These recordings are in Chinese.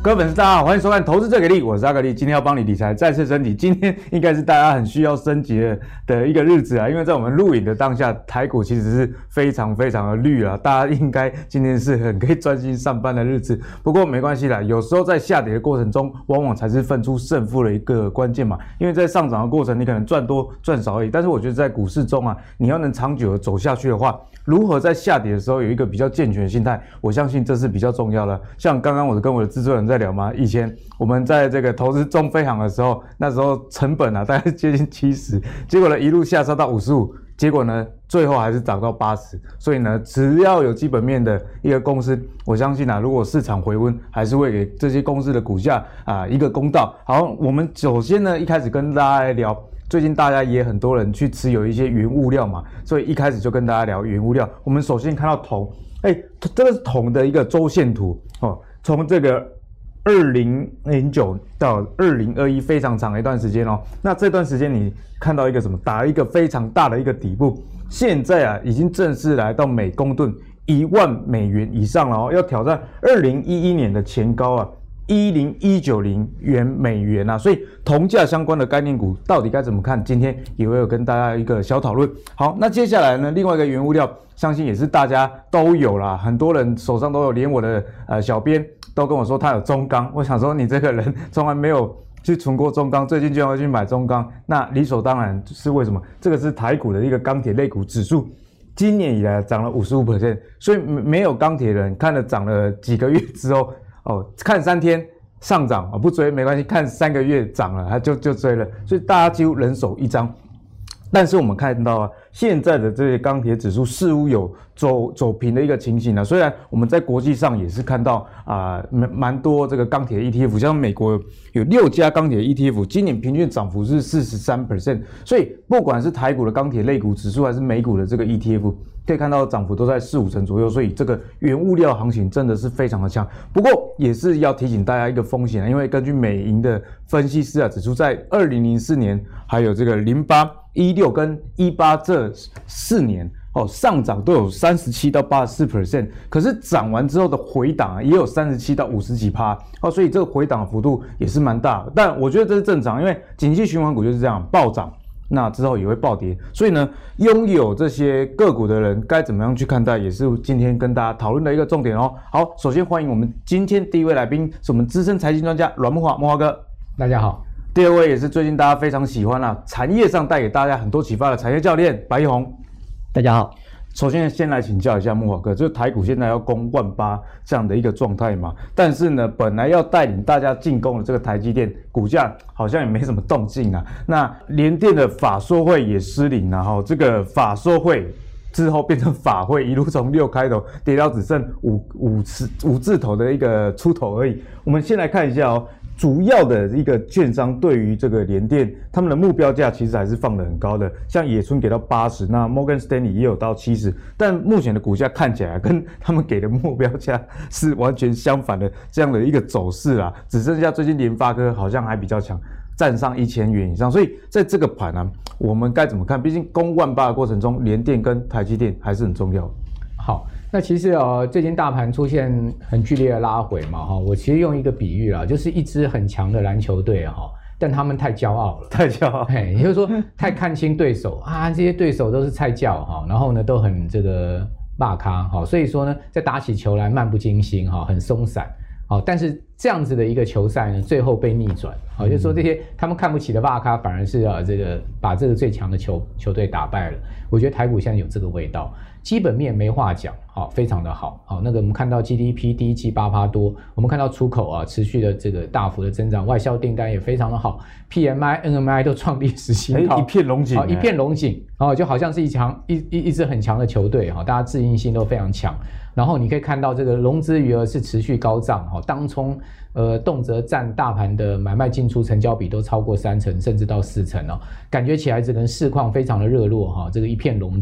各位粉丝大家好，欢迎收看投资最给力，我是阿格力，今天要帮你理财再次升级。今天应该是大家很需要升级的一个日子啊，因为在我们录影的当下，台股其实是非常的绿啊，大家应该今天是很可以专心上班的日子。不过没关系啦，有时候在下跌的过程中，往往才是分出胜负的一个关键嘛。因为在上涨的过程，你可能赚多赚少而已，但是我觉得在股市中啊，你要能长久的走下去的话，如何在下跌的时候有一个比较健全的心态，我相信这是比较重要的。像刚刚我跟我的制作人在聊嘛，以前我们在这个投资中飞航的时候，那时候成本啊大概接近70，结果呢一路下杀到55，结果呢最后还是涨到80。所以呢，只要有基本面的一个公司，我相信啊，如果市场回温，还是会给这些公司的股价一个公道。好，我们首先呢一开始跟大家来聊。最近大家也很多人去持有一些原物料嘛，所以一开始就跟大家聊原物料。我们首先看到铜，这个是铜的一个周线图哦，从这个2009到2021非常长的一段时间哦。那这段时间你看到一个什么？打了一个非常大的一个底部，现在啊已经正式来到每公吨$10,000以上了哦，要挑战2011年的前高啊。$10190啊，所以铜价相关的概念股到底该怎么看？今天也会有跟大家一个小讨论。好，那接下来呢，另外一个原物料，相信也是大家都有啦，很多人手上都有，连我的小编都跟我说他有中钢。我想说你这个人从来没有去存过中钢，最近居然会去买中钢，那理所当然是为什么？这个是台股的一个钢铁类股指数。今年以来涨了55%，所以没有钢铁人看了涨了几个月之后。看3天上涨不追没关系，看3个月涨了他就追了，所以大家几乎人手一张。但是我们看到啊，现在的这些钢铁指数似乎有走平的一个情形啊。虽然我们在国际上也是看到蛮多这个钢铁 ETF， 像美国有6家钢铁 ETF， 今年平均涨幅是43%。所以不管是台股的钢铁类股指数，还是美股的这个 ETF， 可以看到涨幅都在4-5成左右。所以这个原物料行情真的是非常的强。不过也是要提醒大家一个风险，因为根据美银的分析师指出，在2004年还有这个08、16跟18这4年上涨都有37%到84%，可是涨完之后的回档也有37%到50几%所以这个回档的幅度也是蛮大的。但我觉得这是正常，因为景气循环股就是这样暴涨，那之后也会暴跌，所以呢，拥有这些个股的人该怎么样去看待，也是今天跟大家讨论的一个重点哦。好，首先欢迎我们今天第一位来宾，是我们资深财经专家阮慕骅，慕骅哥， 大家好。 第二位也是最近大家非常喜欢产业上带给大家很多启发的产业教练白毅宏， 大家好。 首先先来请教一下慕骅哥，就是台股现在要攻18000这样的一个状态嘛，但是呢，本来要带领大家进攻的这个台积电股价好像也没什么动静啊。那联电的法说会也失灵了这个法说会之后变成法会，一路从6开头跌到只剩5字头的一个出头而已。我们先来看一下主要的一个券商对于这个联电，他们的目标价其实还是放得很高的，像野村给到80，那 Morgan Stanley 也有到70，但目前的股价看起来跟他们给的目标价是完全相反的这样的一个走势啦，只剩下最近联发科好像还比较强，站上$1000以上，所以在这个盘我们该怎么看？毕竟攻18000的过程中，联电跟台积电还是很重要的。 好，那其实最近大盘出现很剧烈的拉回嘛我其实用一个比喻啦，就是一支很强的篮球队但他们太骄傲了， 太骄傲， 也就是说太看清对手这些对手都是菜教然后呢都很这个霸咖所以说呢在打起球来漫不经心很松散但是这样子的一个球赛呢，最后被逆转就是说这些他们看不起的霸咖，反而是这个把这个最强的球队打败了。我觉得台股现在有这个味道，基本面没话讲非常的好那个我们看到 GDP 第一季8%多，我们看到出口持续的这个大幅的增长，外销订单也非常的好， PMI、NMI 都创历史新高， 一片龙井一片龙井就好像是一支很强的球队大家自信心都非常强。然后你可以看到这个融资余额是持续高涨当冲动辄占大盘的买卖进出成交比都超过3成甚至到4成感觉起来这个市况非常的热络这个一片龙井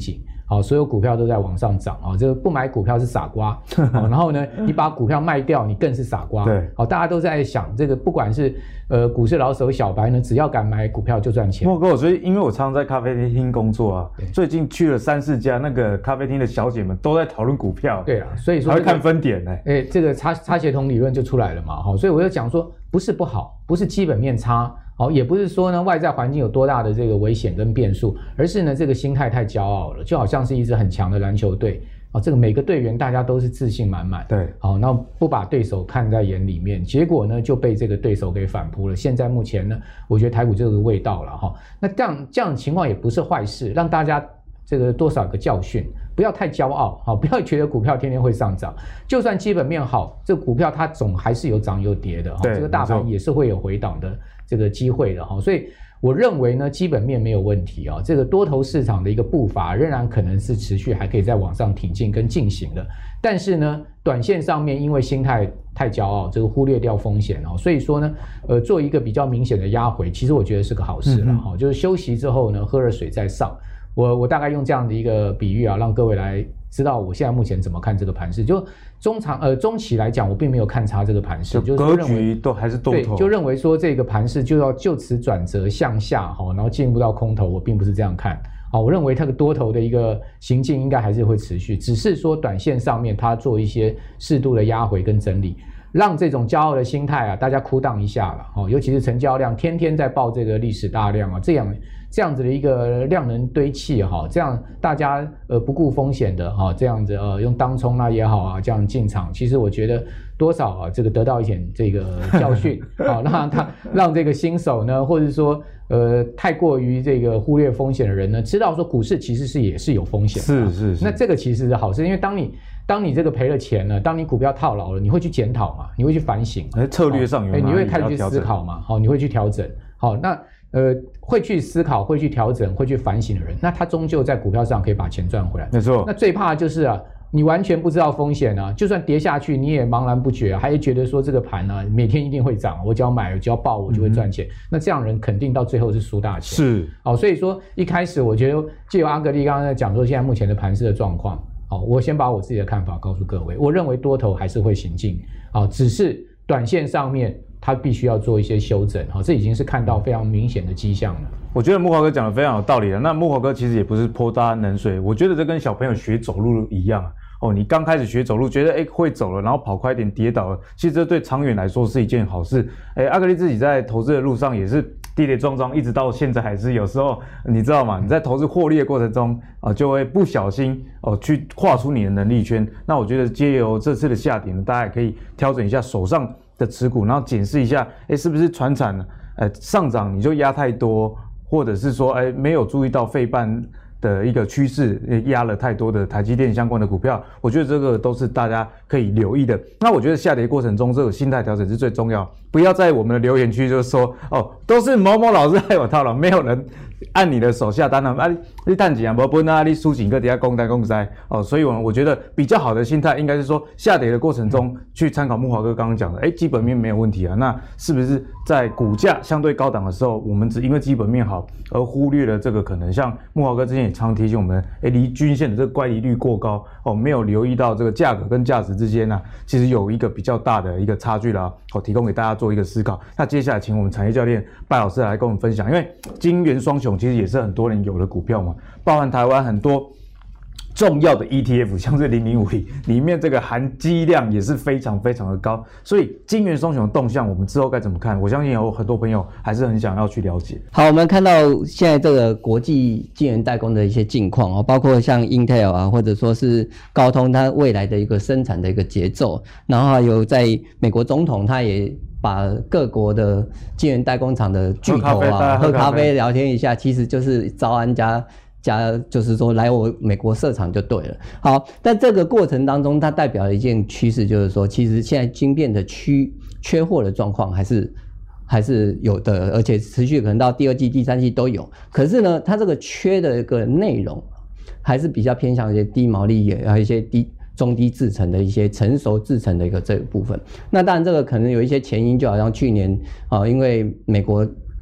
好，所有股票都在往上涨啊，这个不买股票是傻瓜，然后呢，你把股票卖掉，你更是傻瓜。 对， 好，大家都在想这个，不管是股市老手小白呢，只要敢买股票就赚钱。 莫哥，所以因为我常常在咖啡厅工作啊，最近去了3、4家，那个咖啡厅的小姐们都在讨论股票。 对啊，所以说还会看分点呢。 这个擦鞋童理论就出来了嘛，好，所以我就讲说，不是不好，不是基本面差。好，也不是说呢外在环境有多大的这个危险跟变数，而是呢这个心态太骄傲了，就好像是一支很强的篮球队啊，这个每个队员大家都是自信满满，对，好，那不把对手看在眼里面，结果呢就被这个对手给反扑了。现在目前呢，我觉得台股这个味道了哈，那这样的情况也不是坏事，让大家这个多少有个教训，不要太骄傲，好，不要觉得股票天天会上涨，就算基本面好，这个股票它总还是有涨有跌的，这个大盘也是会有回档的这个机会的哈，所以我认为呢，基本面没有问题啊，这个多头市场的一个步伐仍然可能是持续还可以再往上挺进跟进行的，但是呢，短线上面因为心态太骄傲，这个忽略掉风险哦，所以说呢，做一个比较明显的压回，其实我觉得是个好事了哈，就是休息之后呢，喝热水再上。我大概用这样的一个比喻啊，让各位来知道我现在目前怎么看这个盘势。就中期来讲，我并没有看差这个盘势， 就格局都还是多头， 对，就认为说这个盘势就要就此转折向下哈，然后进入到空头，我并不是这样看。好，我认为它的多头的一个行径应该还是会持续，只是说短线上面它做一些适度的压回跟整理。让这种骄傲的心态啊，大家cool down一下了，尤其是成交量天天在报这个历史大量啊，这样子的一个量能堆砌哈，这样大家不顾风险的哈，这样子用当冲啊也好啊，这样进场，其实我觉得多少啊这个得到一点这个教训啊，让这个新手呢，或者说太过于这个忽略风险的人呢，知道说股市其实也是有风险的，是，那这个其实是好事，因为当你这个赔了钱了，当你股票套牢了，你会去检讨嘛，你会去反省， 策略上有哪里你会开始去思考嘛，好，你会去调整，好，那会去思考、会去调整、会去反省的人，那他终究在股票上可以把钱赚回来。 没错。 那最怕的就是啊，你完全不知道风险啊，就算跌下去，你也茫然不觉，还觉得说这个盘啊，每天一定会涨，我只要买，我只要抱，我就会赚钱。那这样人肯定到最后是输大钱。 是。 好，所以说一开始我觉得，借由阿格力刚刚在讲说现在目前的盘势的状况，好，我先把我自己的看法告诉各位，我认为多头还是会行进，好，只是短线上面。它必须要做一些修正，这已经是看到非常明显的迹象了。 我觉得木华哥讲的非常有道理了。那木华哥其实也不是泼大家冷水，我觉得这跟小朋友学走路一样哦。你刚开始学走路，觉得会走了，然后跑快一点跌倒了，其实这对长远来说是一件好事。阿格力自己在投资的路上也是跌跌撞撞，一直到现在还是有时候你知道吗？你在投资获利的过程中就会不小心去跨出你的能力圈。那我觉得借由这次的下跌呢，大家也可以调整一下手上的持股，然后检视一下，是不是传产上涨你就压太多，或者是说没有注意到费半的一个趋势，压了太多的台积电相关的股票，我觉得这个都是大家可以留意的。那我觉得下跌过程中这个心态调整是最重要，不要在我们的留言区就是说都是某某老师害我套牢，没有人按你的手下单了你探几啊，不分啊，你输几个底下公单公灾所以我觉得比较好的心态应该是说下跌的过程中去参考木华哥刚刚讲的，基本面没有问题啊，那是不是在股价相对高档的时候，我们只因为基本面好而忽略了这个可能？像木华哥之前也常提醒我们，离均线的这个乖离率过高没有留意到这个价格跟价值之间其实有一个比较大的一个差距了提供给大家做一个思考。那接下来请我们产业教练拜老师来跟我们分享，因为晶圆双雄其实也是很多人有的股票嘛，包含台湾很多重要的 ETF， 像是0050里面这个含积量也是非常非常的高，所以晶圆双雄的动向我们之后该怎么看？我相信有很多朋友还是很想要去了解。 好，我们看到现在这个国际晶圆代工的一些境况包括像 Intel 啊，或者说是高通它未来的一个生产的一个节奏，然后还有在美国总统他也把各国的晶圆代工厂的巨头喝咖啡聊天一下，其实就是招安加就是说来我美国设厂就对了。好，但这个过程当中它代表了一件趋势，就是说其实现在晶片的缺货的状况还是有的，而且持续可能到第二季第三季都有。可是呢，它这个缺的一个内容还是比较偏向一些低毛利也还有一些中低制程的一些成熟制程的一个这个部分。那当然这个可能有一些前因，就好像去年因为美国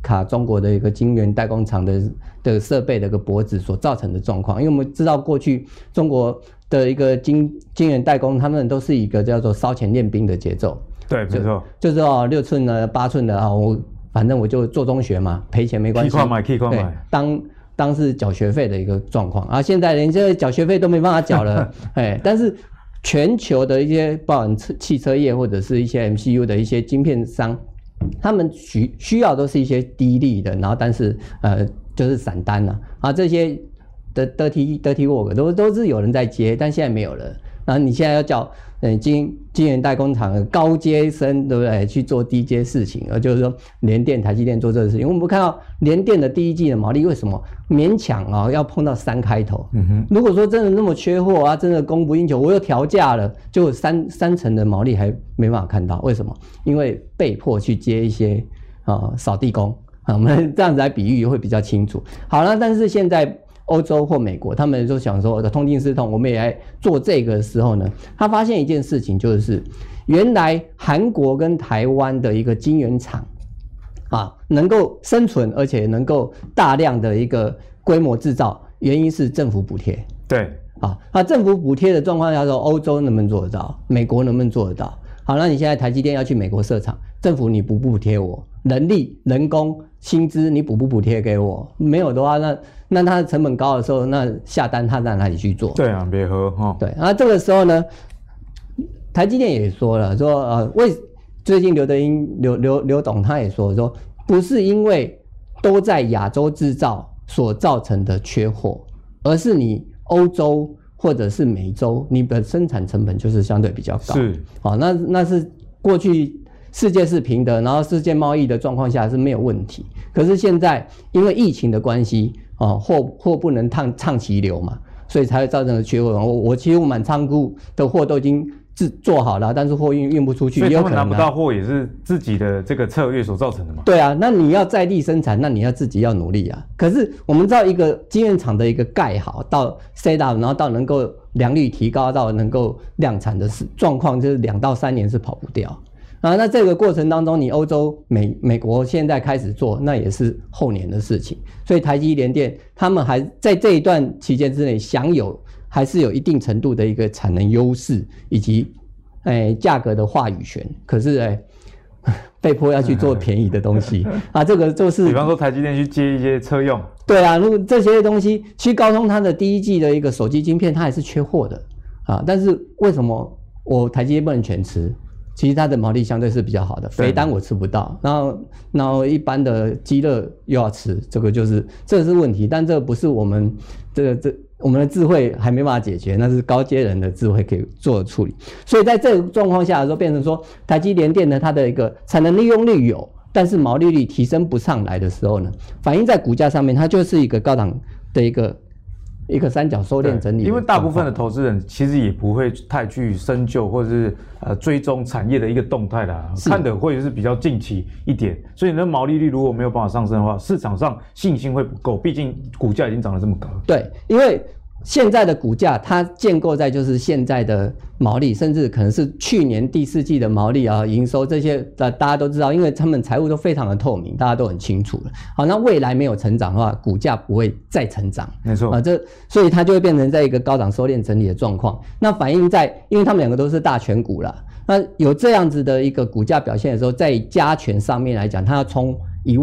卡中国的一个晶圆代工厂的设备的一个脖子所造成的状况。因为我们知道过去中国的一个晶圆代工，他们都是一个叫做烧钱练兵的节奏。 对，没错， 就是6寸的、8寸的啊，反正我就做中学嘛，赔钱没关系， 可以买， 当是缴学费的一个状况啊。现在连这个缴学费都没办法缴了，但是全球的一些包含汽车业或者是一些 MCU 的一些晶片商，他们需要都是一些低利的，然后但是就是散单啊，这些的 dirty work 都是有人在接，但现在没有了。然后你现在要叫晶圆代工厂的高阶生，对不对？去做低阶事情，就是说联电、台积电做这个事情。我们看到联电的第一季的毛利为什么勉强要碰到3开头？如果说真的那么缺货啊，真的供不应求，我又调价了，就三成的毛利还没办法看到，为什么？因为被迫去接一些扫地工啊，我们这样子来比喻会比较清楚。好了，但是现在欧洲或美国，他们就想说痛定思痛，我们也来做这个的时候呢，他发现一件事情，就是原来韩国跟台湾的一个晶圆厂能够生存，而且能够大量的一个规模制造，原因是政府补贴。 对， 那政府补贴的状况下说，欧洲能不能做得到？美国能不能做得到？好，那你现在台积电要去美国设厂，政府你补不补贴我？人力、人工、薪资你补不补贴给我？没有的话，那它的成本高的时候，那下单它在哪里去做？ 对啊，别喝对，那这个时候呢，台积电也说了，说最近刘德英刘董他也说不是因为都在亚洲制造所造成的缺货，而是你欧洲或者是美洲，你的生产成本就是相对比较高。 是， 那是过去世界是平的，然后世界贸易的状况下是没有问题。可是现在因为疫情的关系货不能畅其流嘛，所以才会造成了缺货。我其实我满仓库的货都已经做好了，但是货运不出去， 所以他们拿不到货也是自己的这个策略所造成的嘛。 对啊，那你要在地生产，那你要自己要努力啊。可是我们知道一个晶圆厂的一个盖好到 set up， 然后到能够良率提高到能够量产的状况，就是2到3年是跑不掉。那这个过程当中，你欧洲、美国现在开始做，那也是后年的事情。所以台积联电他们还在这一段期间之内还是有一定程度的一个产能优势以及价格的话语权。可是被迫要去做便宜的东西这个就是比方说台积电去接一些车用。 对啊，如果这些东西，其实高通它的第一季的一个手机晶片它还是缺货的但是为什么我台积电不能全吃？其实它的毛利相对是比较好的，肥单我吃不到，然后一般的鸡肋又要吃，这是问题，但这不是我们我们的智慧还没办法解决，那是高阶人的智慧可以做的处理。所以在这个状况下的时候，变成说台积联电呢，它的一个产能利用率有，但是毛利率提升不上来的时候呢，反映在股价上面，它就是一个高档的一个三角收敛整理。 因为大部分的投资人其实也不会太去深究或者是追踪产业的一个动态啦，看的会是比较近期一点，所以你的毛利率如果没有办法上升的话，市场上信心会不够，毕竟股价已经涨得这么高。 对，因为现在的股价它建构在就是现在的毛利，甚至可能是去年第4季的毛利营收这些大家都知道，因为他们财务都非常的透明，大家都很清楚了。好，那未来没有成长的话，股价不会再成长， 没错所以它就会变成在一个高档收敛整理的状况。那反映在，因为他们两个都是大权股啦，那有这样子的一个股价表现的时候，在加权上面来讲，它要冲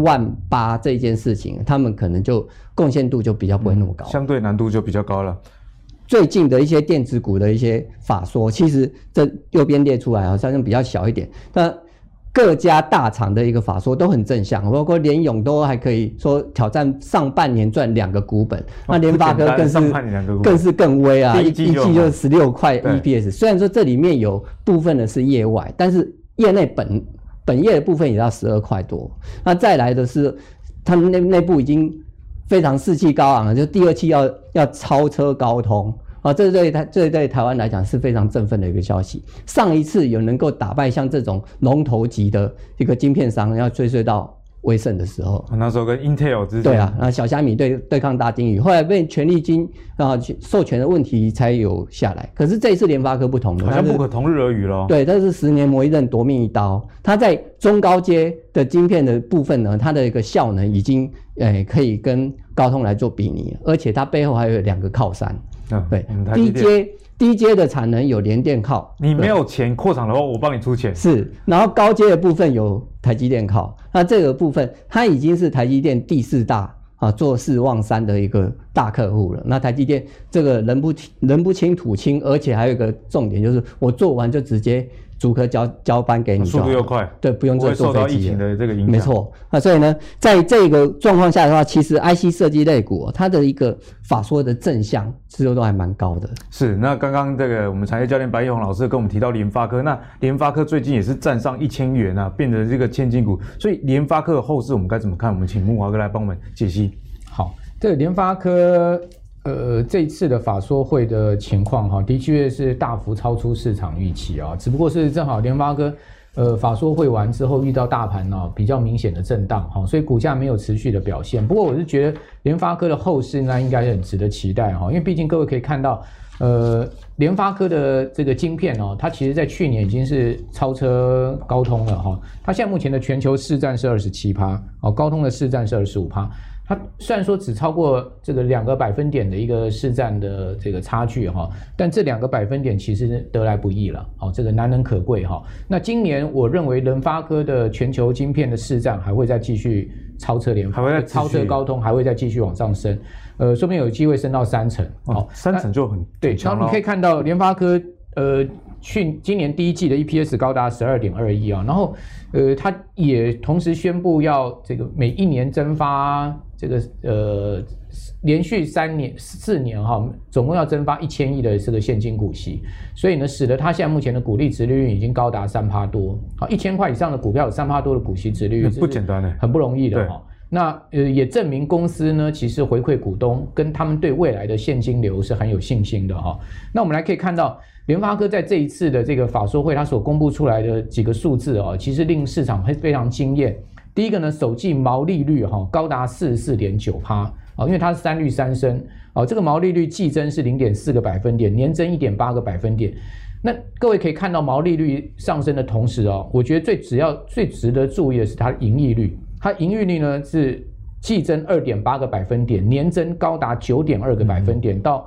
18000这件事情，他们可能就贡献度就比较不会那么高， 相对难度就比较高了。 最近的一些电子股的一些法说，其实这右边列出来好像比较小一点，但各家大厂的一个法说都很正向，包括联咏都还可以说挑战上半年赚2个股本，那联发科更是更威啊，一季就16块 EPS。虽然说这里面有部分的是业外，但是业内本业的部分也要12块多。那再来的是他们内部已经非常士气高昂了，就第2期要超车高通这对台湾来讲是非常振奋的一个消息。上一次有能够打败像这种龙头级的一个晶片商，要追到威盛的时候， 那时候跟 Intel 之前对啊，那小虾米对抗大金鱼，后来被权利金授权的问题才有下来。可是这一次联发科不同的， 好像不可同日而语咯。 对，这是10年磨一刃，夺命一刀。它在中高阶的晶片的部分呢，它的一个效能已经可以跟高通来做比拟，而且它背后还有2个靠山。对，低阶的产能有联电靠， 你没有钱扩厂的话，我帮你出钱。 是，然后高阶的部分有台积电靠，那这个部分它已经是台积电第4大做事望3的一个大客户了。那台积电这个人不清土清，而且还有一个重点就是我做完就直接逐颗交班给你， 速度又快， 对，不用再坐飞机了。 不会受到疫情的这个影响。 没错，那所以呢，在这个状况下的话，其实 IC 设计类股它的一个法说的正向持续都还蛮高的。 是，那刚刚这个我们产业教练白毅宏老师跟我们提到联发科，那联发科最近也是站上1000元啊，变成这个千金股。所以联发科的后市我们该怎么看？我们请木华哥来帮我们解析。 好，这个联发科。这一次的法说会的情况的确是大幅超出市场预期啊，只不过是正好联发科法说会完之后遇到大盘比较明显的震荡所以股价没有持续的表现。不过我是觉得联发科的后市呢应该很值得期待因为毕竟各位可以看到联发科的这个晶片它其实在去年已经是超车高通了它现在目前的全球市占是 27%， 高通的市占是 25%。它虽然说只超过这个2个百分点的一个市占的这个差距但这2个百分点其实得来不易了这个难能可贵那今年我认为联发科的全球晶片的市占还会再继续超车联发科，超车高通，还会再继续往上升，说不定有机会升到3成 3成就很对。然后你可以看到联发科今年第一季的 EPS 高达12.21然后它也同时宣布要这个每1年增发这个连续4年总共要增发1000亿的这个现金股息，所以呢，使得它现在目前的股利殖利率已经高达3%多，1000块以上的股票有3%多的股息殖利率， 不简单的， 很不容易的那也证明公司呢，其实回馈股东跟他们对未来的现金流是很有信心的那我们来可以看到，联发科在这一次的这个法说会，它所公布出来的几个数字其实令市场非常惊艳。第一个呢，首季毛利率高达 44.9%， 因为它是3率3升这个毛利率季增是 0.4个百分点，年增 1.8个百分点。那各位可以看到毛利率上升的同时我觉得最值得注意的是它的盈利率，它盈利率呢是季增 2.8个百分点，年增高达 9.2个百分点到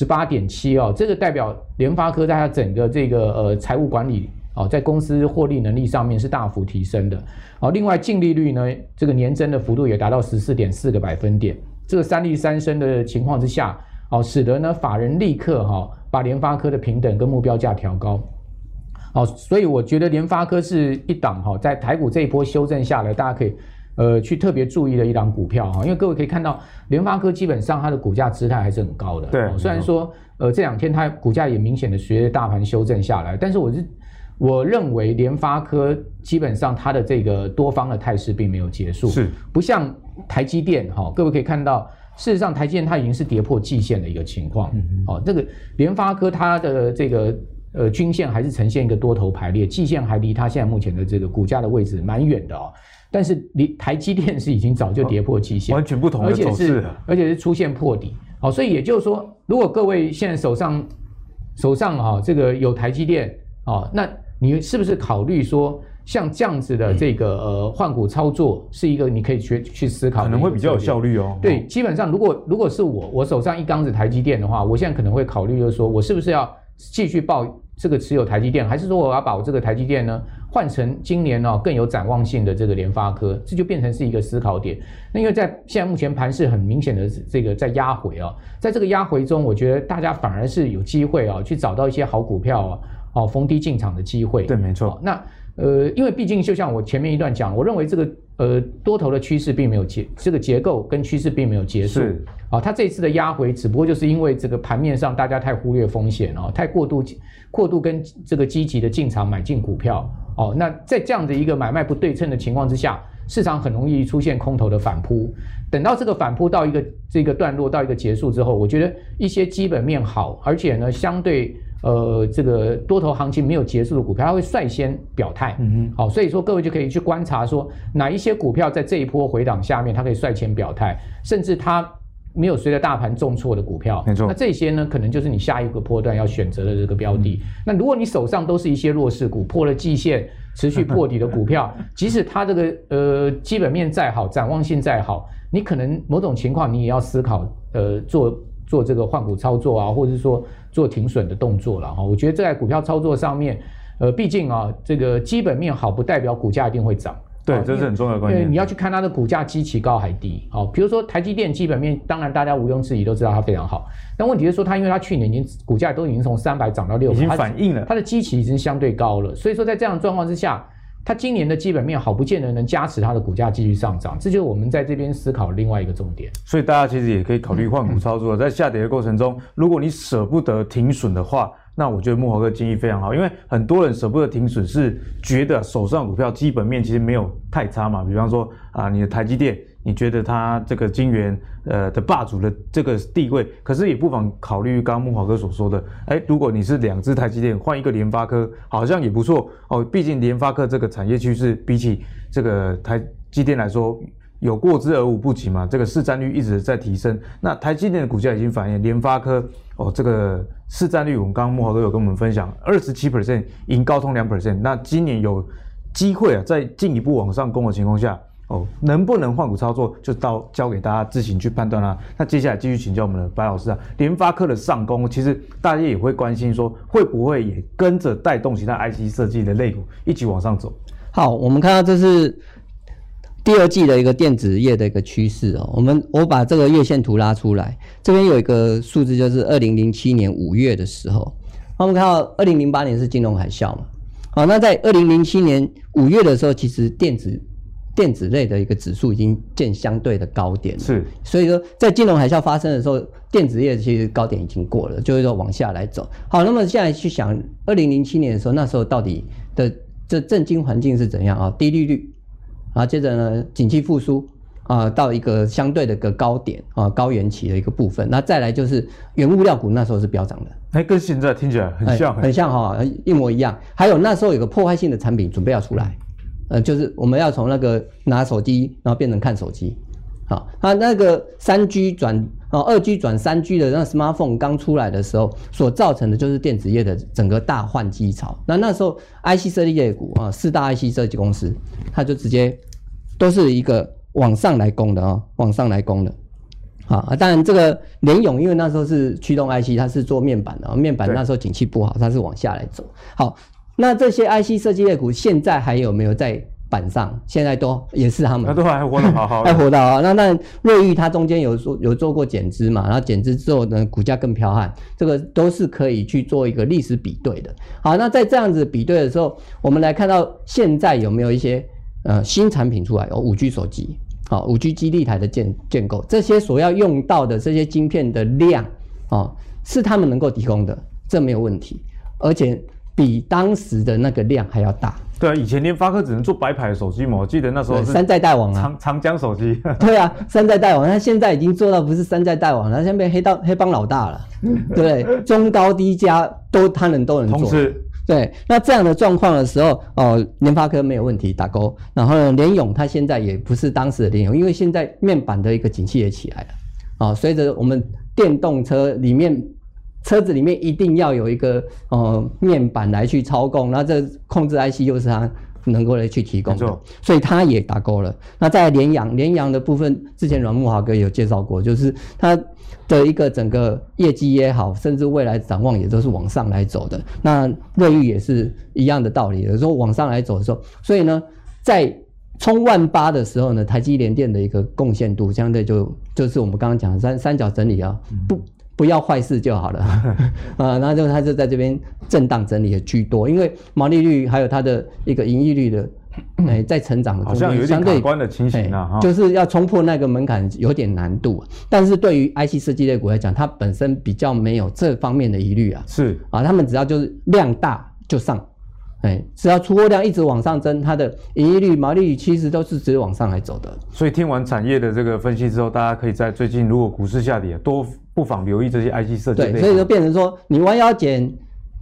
18.7这个代表联发科在它整个这个财务管理在公司获利能力上面是大幅提升的另外净利率呢，这个年增的幅度也达到 14.4个百分点。这个3率3升的情况之下使得呢法人立刻把联发科的评等跟目标价调高所以我觉得联发科是一档在台股这一波修正下来，大家可以去特别注意的一档股票因为各位可以看到联发科基本上它的股价姿态还是很高的， 对虽然说这2天它股价也明显的随着大盘修正下来，但是我认为联发科基本上它的这个多方的态势并没有结束， 是不像台积电各位可以看到，事实上台积电它已经是跌破季线的一个情况这个联发科它的这个均线还是呈现一个多头排列，季线还离它现在目前的这个股价的位置蛮远的但是台积电是已经早就跌破季线， 完全不同的走势， 而且是出现破底所以也就是说，如果各位现在手上这个有台积电那你是不是考虑说像这样子的这个换股操作是一个你可以去思考的， 可能会比较有效率对，基本上如果是我手上一缸子台积电的话，我现在可能会考虑就是说我是不是要继续抱这个持有台积电，还是说我要把我这个台积电呢换成今年更有展望性的这个联发科，这就变成是一个思考点。那因为在现在目前盘势很明显的这个在压回在这个压回中，我觉得大家反而是有机会去找到一些好股票逢低进场的机会。 对，没错。 那因为毕竟就像我前面一段讲，我认为这个多头的趋势并没有这个结构跟趋势并没有结束它这一次的压回只不过就是因为这个盘面上大家太忽略风险太过度跟这个积极的进场买进股票那在这样的一个买卖不对称的情况之下，市场很容易出现空头的反扑。等到这个反扑到这个段落到一个结束之后，我觉得一些基本面好，而且呢相对这个多头行情没有结束的股票，它会率先表态。好，所以说各位就可以去观察说哪一些股票在这一波回档下面，它可以率先表态，甚至它没有随着大盘重挫的股票， 没错。 那这些呢，可能就是你下一个波段要选择的这个标的。那如果你手上都是一些弱势股，破了季线，持续破底的股票，即使它这个基本面再好，展望性再好，你可能某种情况你也要思考做这个换股操作啊，或者是说做停损的动作了哈。我觉得在股票操作上面，毕竟啊，这个基本面好不代表股价一定会涨。 对，这是很重要的观念。 你要去看它的股价基期高还低。好，比如说台积电基本面，当然大家毋庸置疑都知道它非常好。但问题是说，因为它去年股价都已经从300涨到600， 已经反映了它的基期已经相对高了。所以说在这样的状况之下，它今年的基本面好不见得能加持它的股价继续上涨，这就是我们在这边思考的另外一个重点。 所以大家其实也可以考虑换股操作，在下跌的过程中，如果你舍不得停损的话，那我觉得慕骅哥建议非常好，因为很多人舍不得停损是觉得手上股票基本面其实没有太差嘛，比方说你的台积电，你觉得它这个晶圆的霸主的这个地位，可是也不妨考虑刚刚慕骅哥所说的，如果你是2只台积电换一个联发科，好像也不错哦，毕竟联发科这个产业趋势比起这个台积电来说，有过之而无不及嘛，这个市占率一直在提升。那台积电的股价已经反映联发科这个市占率，我们刚刚慕骅哥有跟我们分享，27% 赢高通2%。那今年有机会在进一步往上攻的情况下，能不能换股操作，就交给大家自行去判断啦。那接下来继续请教我们的白老师联发科的上攻，其实大家也会关心说，会不会也跟着带动其他 IC 设计的类股一起往上走？ 好，我们看到这是第二季的一个电子业的一个趋势哦，我把这个月线图拉出来，这边有一个数字，就是2007年5月的时候，我们看到2008年是金融海啸嘛，好，那在2007年5月的时候，其实电子类的一个指数已经见相对的高点了， 是，所以说在金融海啸发生的时候，电子业其实高点已经过了，就是说往下来走。好，那么现在去想2007年的时候，那时候到底的这政经环境是怎样啊？低利率。然后接着呢，景气复苏到一个相对的一个高点高原期的一个部分。那再来就是原物料股那时候是飙涨的， 跟现在听起来很像， 很像一模一样。还有那时候有个破坏性的产品准备要出来，就是我们要从那个拿手机然后变成看手机。好，那个3G 转2G 转3G 的那 smartphone 刚出来的时候，所造成的就是电子业的整个大换机潮。那时候 IC 设计业股4大 IC 设计公司，它就直接都是一个往上来攻的往上来攻的。好，当然这个联咏因为那时候是驱动 IC， 它是做面板的，面板那时候景气不好，它是往下来走。好，那这些 IC 设计业股现在还有没有在板上？现在都也是他们， 那都还活得好好的， 还活得好。那瑞昱它中间有做过减资嘛，然后减资之后呢，股价更彪悍，这个都是可以去做一个历史比对的。好，那在这样子比对的时候，我们来看到现在有没有一些新产品出来？5G 手机，好，5G 基地台的建构，这些所要用到的这些晶片的量是他们能够提供的，这没有问题，而且比当时的那个量还要大。 对啊，以前联发科只能做白牌的手机嘛，我记得那时候是 3代带网啊， 长江手机。 对啊，3代带网，它现在已经做到不是3代带网了，它现在变黑帮老大了，对不对？中高低价都能做。 同时， 对，那这样的状况的时候，联发科没有问题打勾，然后呢，联咏它现在也不是当时的联咏，因为现在面板的一个景气也起来了，随着我们电动车里面。车子里面一定要有一个面板来去操控，那这控制 IC 又是它能够来去提供的，所以它也打勾了。那在联阳的部分，之前阮慕骅哥有介绍过，就是它的一个整个业绩也好，甚至未来展望也都是往上来走的。那瑞昱也是一样的道理，有时候往上来走的时候，所以呢，在冲18000的时候呢，台积联电的一个贡献度相对就是我们刚刚讲的三角整理不要坏事就好了那就它就在这边震荡整理的居多，因为毛利率还有它的一个盈利率的在成长的中间， 好像有点卡关的情形就是要冲破那个门槛有点难度，但是对于 IC 设计类股来讲，它本身比较没有这方面的疑虑是他们只要就是量大就上。只要出货量一直往上增，它的盈利率、毛利率其实都是直接往上来走的。 所以听完产业的这个分析之后，大家可以在最近如果股市下跌，多不妨留意这些 IC 设计类。 对，所以就变成说，你弯腰捡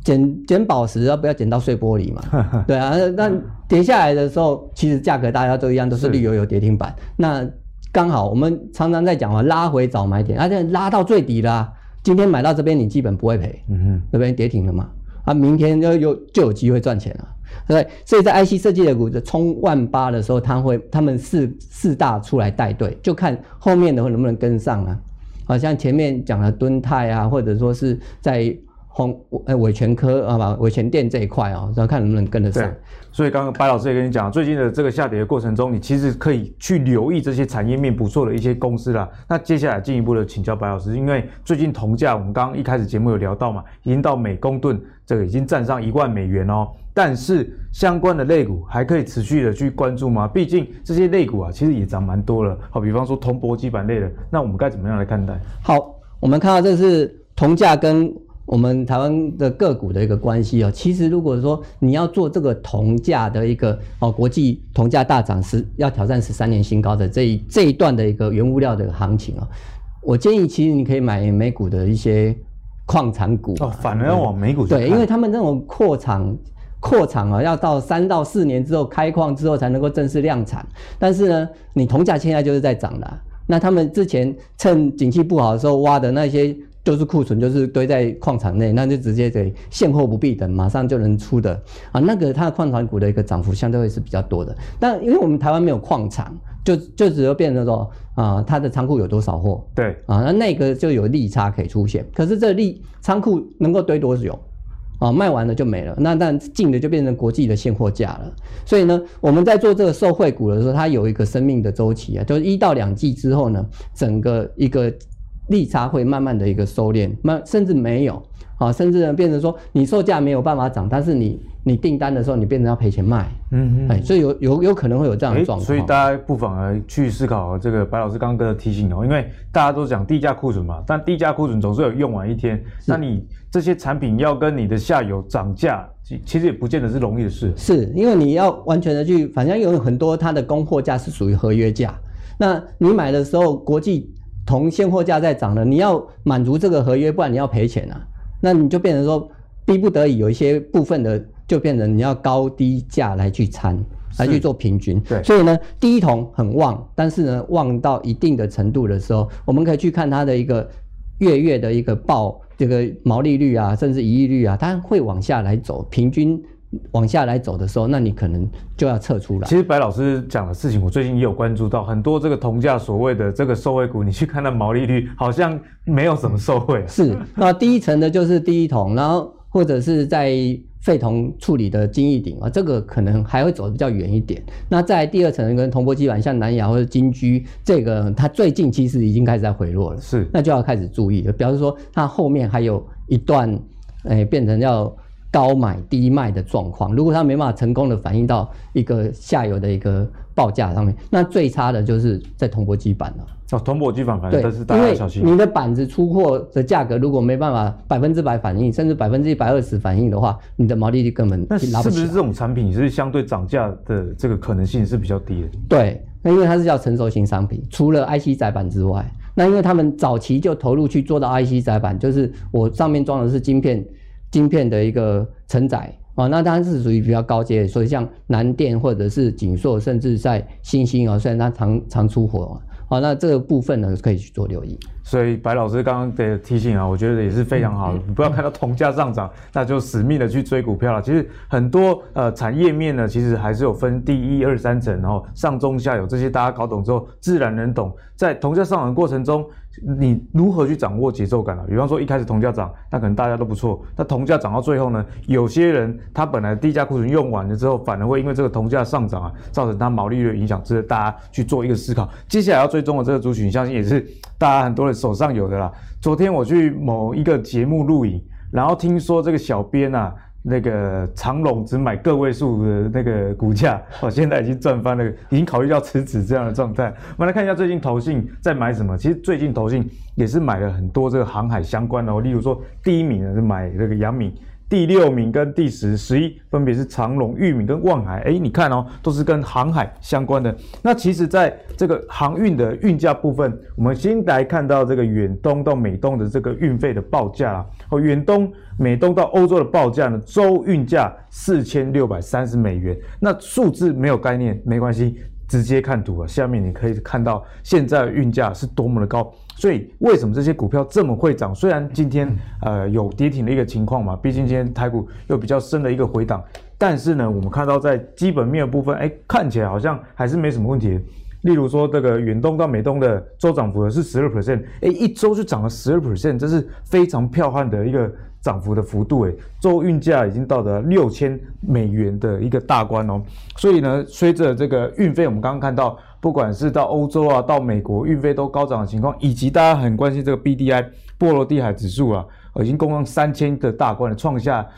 捡宝石，不要捡到碎玻璃嘛。对啊，那跌下来的时候，其实价格大家都一样，都是绿油油跌停板。那刚好我们常常在讲嘛，拉回早买点，这拉到最底啦，今天买到这边你基本不会赔，这边跌停了嘛，明天就有机会赚钱了。对，所以在 IC 设计的股冲18000的时候，他们四大出来带队，就看后面的能不能跟上啊。好像前面讲的敦泰啊，或者说是在伟全科啊、伟全电这一块啊，要看能不能跟得上。 所以刚刚白老师也跟你讲，最近的这个下跌的过程中，你其实可以去留意这些产业面不错的一些公司啦。那接下来进一步的请教白老师，因为最近铜价我们刚刚一开始节目有聊到嘛，已经到每公吨这个已经站上$10,000哦。但是相关的类股还可以持续的去关注吗？毕竟这些类股啊，其实也涨蛮多了。好，比方说铜箔基板类的，那我们该怎么样来看待？ 好，我们看到这是铜价跟我们台湾的个股的一个关系哦。其实如果说你要做这个铜价的一个国际铜价大涨要挑战13年新高的这一段的一个原物料的行情哦，我建议其实你可以买美股的一些矿产股反而要往美股去看。 对，因为他们这种扩厂啊，要到3到4年之后开矿之后才能够正式量产。但是呢，你铜价现在就是在涨的那他们之前趁景气不好的时候挖的那些就是库存，就是堆在矿场内，那就直接给现货不必等，马上就能出的那个它的矿产股的一个涨幅相对会是比较多的。但因为我们台湾没有矿场，就只会变成说它的仓库有多少货， 对那个就有利差可以出现。可是这仓库能够堆多久？卖完了就没了，那但进的就变成国际的现货价了。所以呢，我们在做这个受惠股的时候，它有一个生命的周期就是1到2季之后呢，整个一个利差会慢慢的一个收敛，甚至没有甚至呢变成说你售价没有办法涨，但是你订单的时候你变成要赔钱卖，所以有可能会有这样的状况。 所以大家不妨去思考这个白老师刚刚的提醒因为大家都讲低价库存嘛，但低价库存总是有用完一天，那你这些产品要跟你的下游涨价，其实也不见得是容易的事。 是因为你要完全的去，反正有很多它的供货价是属于合约价，那你买的时候国际铜现货价在涨了，你要满足这个合约，不然你要赔钱那你就变成说逼不得已，有一些部分的就变成你要高低价来去掺，来去做平均。 对， 所以呢，第一桶很旺，但是呢，旺到一定的程度的时候，我们可以去看它的一个月的一个这个毛利率啊，甚至盈利率啊，它会往下来走，平均往下来走的时候，那你可能就要撤出来。 其实白老师讲的事情，我最近也有关注到，很多这个铜价所谓的这个受惠股，你去看它毛利率，好像没有什么受惠。 是，那第一层的就是第一桶，然后或者是在废铜处理的金翼鼎这个可能还会走得比较远一点。那在第二层跟铜箔基板，像南亚或者金居，这个它最近其实已经开始在回落了， 是， 那就要开始注意了，表示说它后面还有一段，变成要高买低卖的状况。如果它没办法成功的反映到一个下游的一个报价上面，那最差的就是在铜箔基板了。 铜箔基板反正但是大家要小心， 因为你的板子出货的价格如果没办法100%反映，甚至120%反映的话，你的毛利率根本拉不起来。 那是不是这种产品是相对涨价的这个可能性是比较低的？ 对，那因为它是叫成熟型商品，除了 IC 载板之外，那因为他们早期就投入去做到 IC 载板，就是我上面装的是晶片的一个承载那它是属于比较高阶的，所以像南电或者是景硕，甚至在新兴虽然它常出货那这个部分呢可以去做留意。 所以白老师刚刚的提醒我觉得也是非常好的。你不要看到铜价上涨，那就死命的去追股票了。其实很多产业面呢，其实还是有分第一、二、三层，然后上中下游这些大家搞懂之后，自然能懂。在铜价上涨的过程中，你如何去掌握节奏感比方说一开始铜价涨，那可能大家都不错，那铜价涨到最后呢，有些人他本来低价库存用完了之后，反而会因为这个铜价上涨造成他毛利率的影响，值得大家去做一个思考。接下来要追踪的这个族群，相信也是大家很多人手上有的啦。昨天我去某一个节目录影，然后听说这个小编那个长荣只买个位数的那个股价，现在已经赚翻了，已经考虑要辞职这样的状态。我们来看一下最近投信在买什么。其实最近投信也是买了很多这个航海相关的例如说第一名呢是买这个阳明， 第6名跟第10、11分别是长荣、裕民跟万海。你看哦，都是跟航海相关的。那其实在这个航运的运价部分，我们先来看到这个远东到美东的这个运费的报价啦。远东、美东到欧洲的报价呢，周运价$4630。那数字没有概念没关系，直接看图啊，下面你可以看到现在的运价是多么的高。所以为什么这些股票这么会涨？虽然今天有跌停的一个情况嘛，毕竟今天台股又比较深的一个回档，但是呢，我们看到在基本面的部分，看起来好像还是没什么问题。例如说，这个远东到美东的周涨幅是12%，一周就涨了12%，这是非常彪悍的一个涨幅的幅度，周运价已经到达$6000的一个大关哦。所以呢，随着这个运费，我们刚刚看到，不管是到欧洲啊，到美国，运费都高涨的情况，以及大家很关心这个 BDI 波罗的海指数啊，已经攻上3000的大关了，创下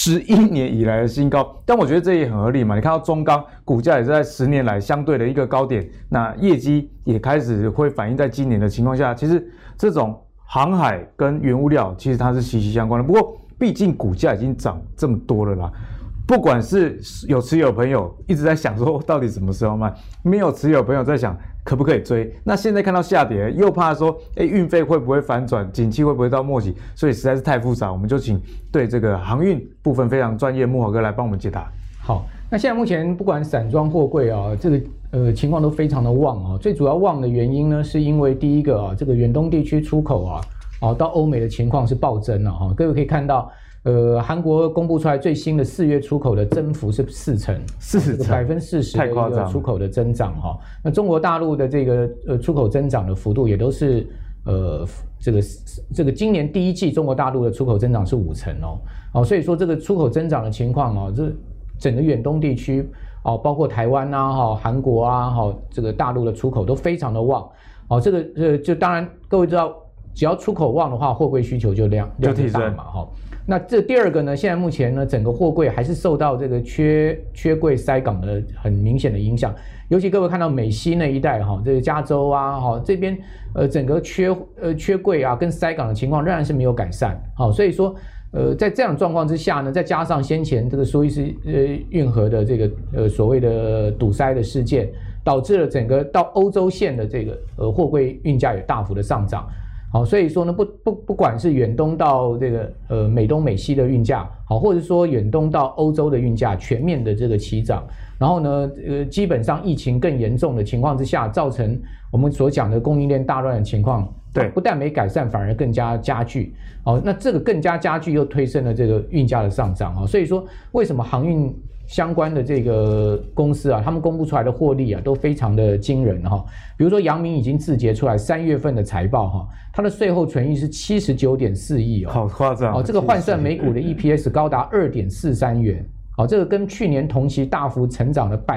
11年以来的新高。但我觉得这也很合理嘛，你看到中钢股价也是在10年来相对的一个高点，那业绩也开始会反映在今年的情况下，其实这种航海跟原物料其实它是息息相关的。不过毕竟股价已经涨这么多了啦，不管是有持有朋友一直在想说到底什么时候卖，没有持有朋友在想可不可以追，那现在看到下跌又怕说运费会不会反转，景气会不会到末期，所以实在是太复杂，我们就请对这个航运部分非常专业木华哥来帮我们解答。 好，那现在目前不管散装货柜啊，这个情况都非常的旺啊。最主要旺的原因呢，是因为第一个啊，这个远东地区出口到欧美的情况是暴增了哈。各位可以看到，韩国公布出来最新的4月出口的增幅是40%，这个40%的一个出口的增长哈。那中国大陆的这个出口增长的幅度也都是这个今年第一季中国大陆的出口增长是50%哦。所以说这个出口增长的情况这整个远东地区包括台湾啊、韩国啊、这个大陆的出口都非常的旺这个就当然各位知道，只要出口旺的话，货柜需求就量就大嘛那这第二个呢，现在目前呢，整个货柜还是受到这个缺柜塞港的很明显的影响，尤其各位看到美西那一带这个加州啊这边整个缺柜啊跟塞港的情况仍然是没有改善所以说在这样的状况之下呢，再加上先前这个苏伊士运河的这个所谓的堵塞的事件，导致了整个到欧洲线的这个货柜运价也大幅的上涨。所以说呢，不管是远东到这个美东美西的运价，或者说远东到欧洲的运价全面的这个齐涨，然后呢，基本上疫情更严重的情况之下，造成我们所讲的供应链大乱的情况，对，不但没改善，反而更加加剧。那这个更加加剧又推升了这个运价的上涨所以说为什么航运相关的这个公司他们公布出来的获利都非常的惊人比如说阳明已经自结出来3月份的财报它的税后纯益是79.4亿好夸张这个换算每股的 EPS 高达2.43元这个跟去年同期大幅成长了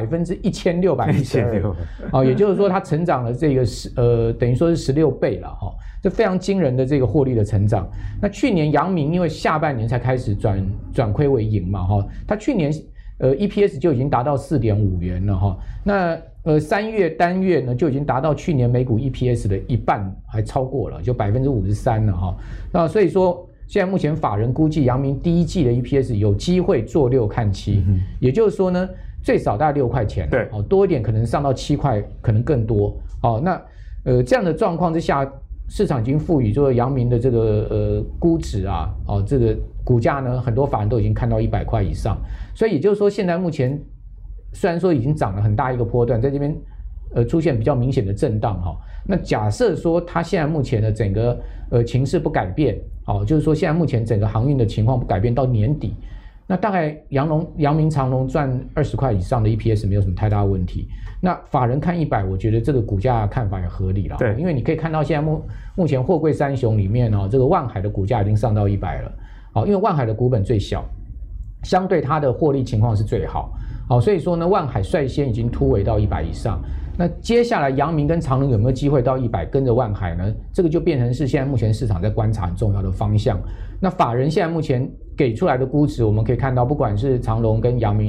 1612%也就是说它成长了这个等于说是16倍了这非常惊人的这个获利的成长。那去年阳明因为下半年才开始转亏为盈嘛它去年EPS 就已经达到4.5元了那3月单月呢就已经达到去年每股 EPS 的一半，还超过了，就53%了那所以说现在目前法人估计阳明第一季的 EPS 有机会做6看7，也就是说呢最少大概6块钱，对多一点可能上到7块，可能更多那这样的状况之下，市场已经赋予就是阳明的这个估值这个股价呢，很多法人都已经看到100块以上，所以也就是说，现在目前虽然说已经涨了很大一个波段，在这边出现比较明显的震荡那假设说它现在目前的整个情势不改变就是说现在目前整个航运的情况不改变，到年底，那大概阳明长荣赚20块以上的 EPS 没有什么太大的问题。那法人看100，我觉得这个股价看法也合理了。对，因为你可以看到现在目前货柜三雄里面这个万海的股价已经上到100了。因为万海的股本最小，相对它的获利情况是最好。所以说呢，万海率先已经突围到100以上。那接下来阳明跟长荣有没有机会到100跟着万海呢？这个就变成是现在目前市场在观察很重要的方向。那法人现在目前给出来的估值，我们可以看到，不管是长荣跟阳明，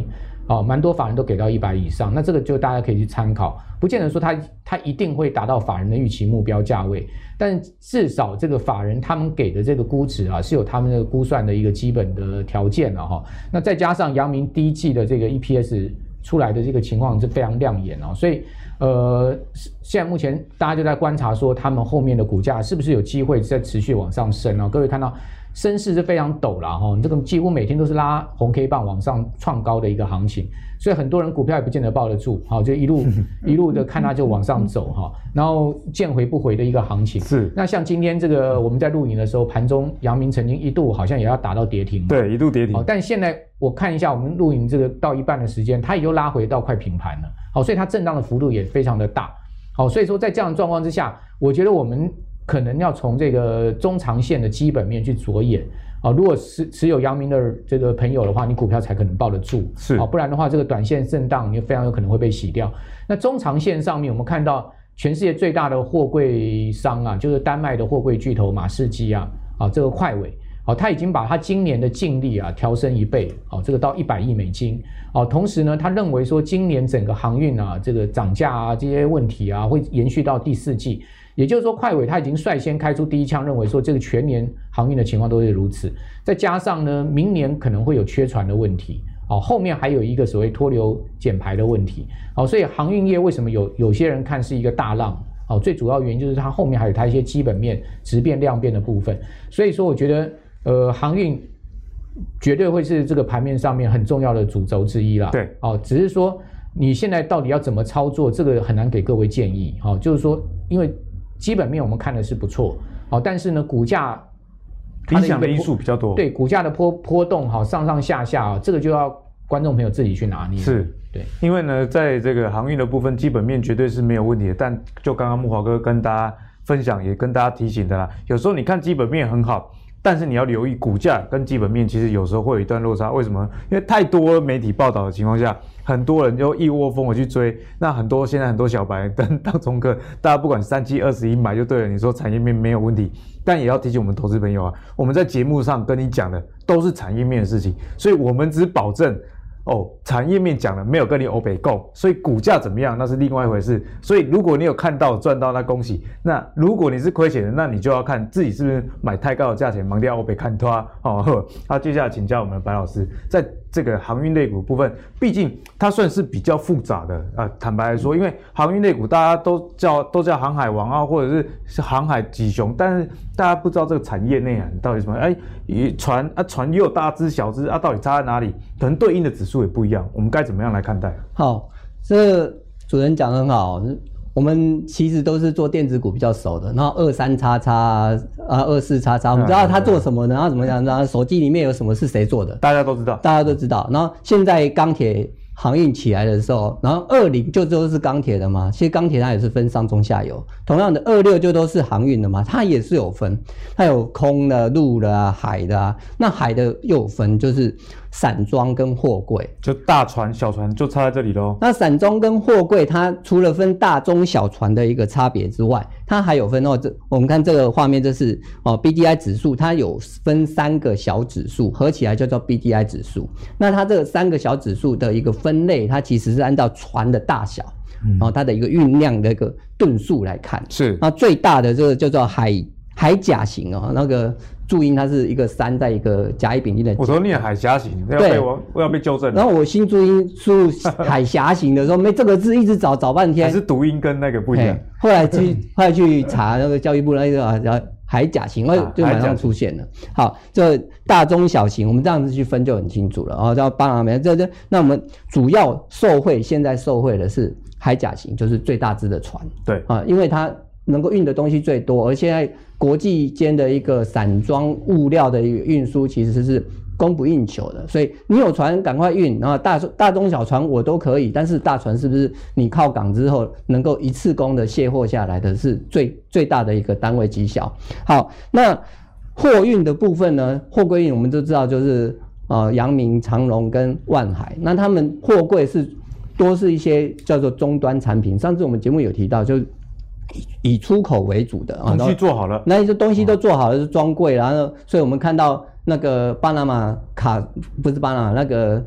蛮多法人都给到100以上，那这个就大家可以去参考，不见得说它一定会达到法人的预期目标价位，但至少这个法人他们给的这个估值啊是有他们的估算的一个基本的条件了哈。那再加上阳明第一季的这个 EPS 出来的这个情况是非常亮眼哦，所以现在目前大家就在观察说他们后面的股价是不是有机会再持续往上升啊？各位看到升势是非常陡啦哈，这个几乎每天都是拉红 K 棒往上创高的一个行情，所以很多人股票也不见得抱得住，好，就一路的看它就往上走哈，然后见回不回的一个行情。 是。 那像今天这个我们在录影的时候，盘中阳明曾经一度好像也要打到跌停， 对，一度跌停。 但现在我看一下我们录影这个到一半的时间，它也又拉回到快平盘了，好，所以它震荡的幅度也非常的大，好，所以说在这样的状况之下，我觉得我们可能要从这个中长线的基本面去着眼啊。如果是持有阳明的这个朋友的话，你股票才可能抱得住， 是啊， 不然的话，这个短线震荡你非常有可能会被洗掉。那中长线上面，我们看到全世界最大的货柜商啊，就是丹麦的货柜巨头马士基啊，这个快尾。他已经把他今年的净利啊调升1倍，这个到100亿美金。同时呢，他认为说今年整个航运啊，这个涨价啊这些问题啊会延续到第4季，也就是说快尾他已经率先开出第一枪，认为说这个全年航运的情况都是如此。再加上呢，明年可能会有缺船的问题，后面还有一个所谓脱硫减排的问题，所以航运业为什么有些人看是一个大浪？最主要原因就是它后面还有它一些基本面质变量变的部分，所以说我觉得。航运绝对会是这个盘面上面很重要的主轴之一啦。 对， 只是说你现在到底要怎么操作，这个很难给各位建议。就是说，因为基本面我们看的是不错，但是呢，股价影响的因素比较多。 对，股价的波动上上下下，这个就要观众朋友自己去拿捏。 是， 对， 因为呢，在这个航运的部分，基本面绝对是没有问题的。但就刚刚木华哥跟大家分享，也跟大家提醒的啦，有时候你看基本面很好。但是你要留意股价跟基本面，其实有时候会有一段落差。为什么？因为太多媒体报道的情况下，很多人就一窝蜂的去追。那现在很多小白当冲客，大家不管3、7、21买就对了。你说产业面没有问题，但也要提醒我们投资朋友啊，我们在节目上跟你讲的都是产业面的事情，所以我们只保证。产业面讲了，没有跟你欧北共，所以股价怎么样那是另外一回事。所以如果你有看到赚到，那恭喜；那如果你是亏钱的，那你就要看自己是不是买太高的价钱，盲掉欧北看拖接下来请教我们的白老师，在这个航运类股部分，毕竟它算是比较复杂的坦白来说，因为航运类股大家都叫航海王啊，或者是航海几雄，但是大家不知道这个产业内涵到底什么。船也有大只小只啊，到底差在哪里？可能对应的指数也不一样，我们该怎么样来看待？ 好，这主任讲得很好。我们其实都是做电子股比较熟的，然后23XX啊24XX，我们知道他做什么的，然后怎么讲，然后手机里面有什么是谁做的， 大家都知道， 然后现在钢铁航运起来的时候，然后20就都是钢铁的嘛，其实钢铁它也是分上中下游，同样的26就都是航运的嘛，它也是有分，它有空的、陆的啊、海的啊，那海的又有分，就是散装跟货柜， 就大船、小船就差在这里咯。 那散装跟货柜，它除了分大、中、小船的一个差别之外，它还有分我们看这个画面，这是BDI 指数，它有分3个小指数，合起来叫做 BDI 指数。那它这3个小指数的一个分类，它其实是按照船的大小，然后它的一个运量的一个吨数来看。 是。 那最大的这个叫做海甲型那个注音它是一个3在一个甲乙丙丁的甲。 我说念海峡型，我要被纠正。 然后我新注音输入海峡型的时候，没这个字一直找半天， 还是读音跟那个不一样。 后来去查那个教育部那个海甲型，就马上出现了。好，这大中小型，我们这样子去分就很清楚了。叫巴拿马那我们主要现在受惠的是海甲型，就是最大只的船。 对因为它能够运的东西最多，而现在国际间的一个散装物料的一个运输其实是供不应求的，所以你有船赶快运，然后大中小船我都可以，但是大船是不是你靠港之后能够一次工的卸货下来的是最大的一个单位绩效。好，那货运的部分呢，货柜运我们都知道就是阳明、长荣跟万海，那他们货柜多是一些叫做终端产品，上次我们节目有提到，就以出口为主的东西做好了， 那些东西都做好了是装柜，然后所以我们看到那个巴拿马不是巴拿马那个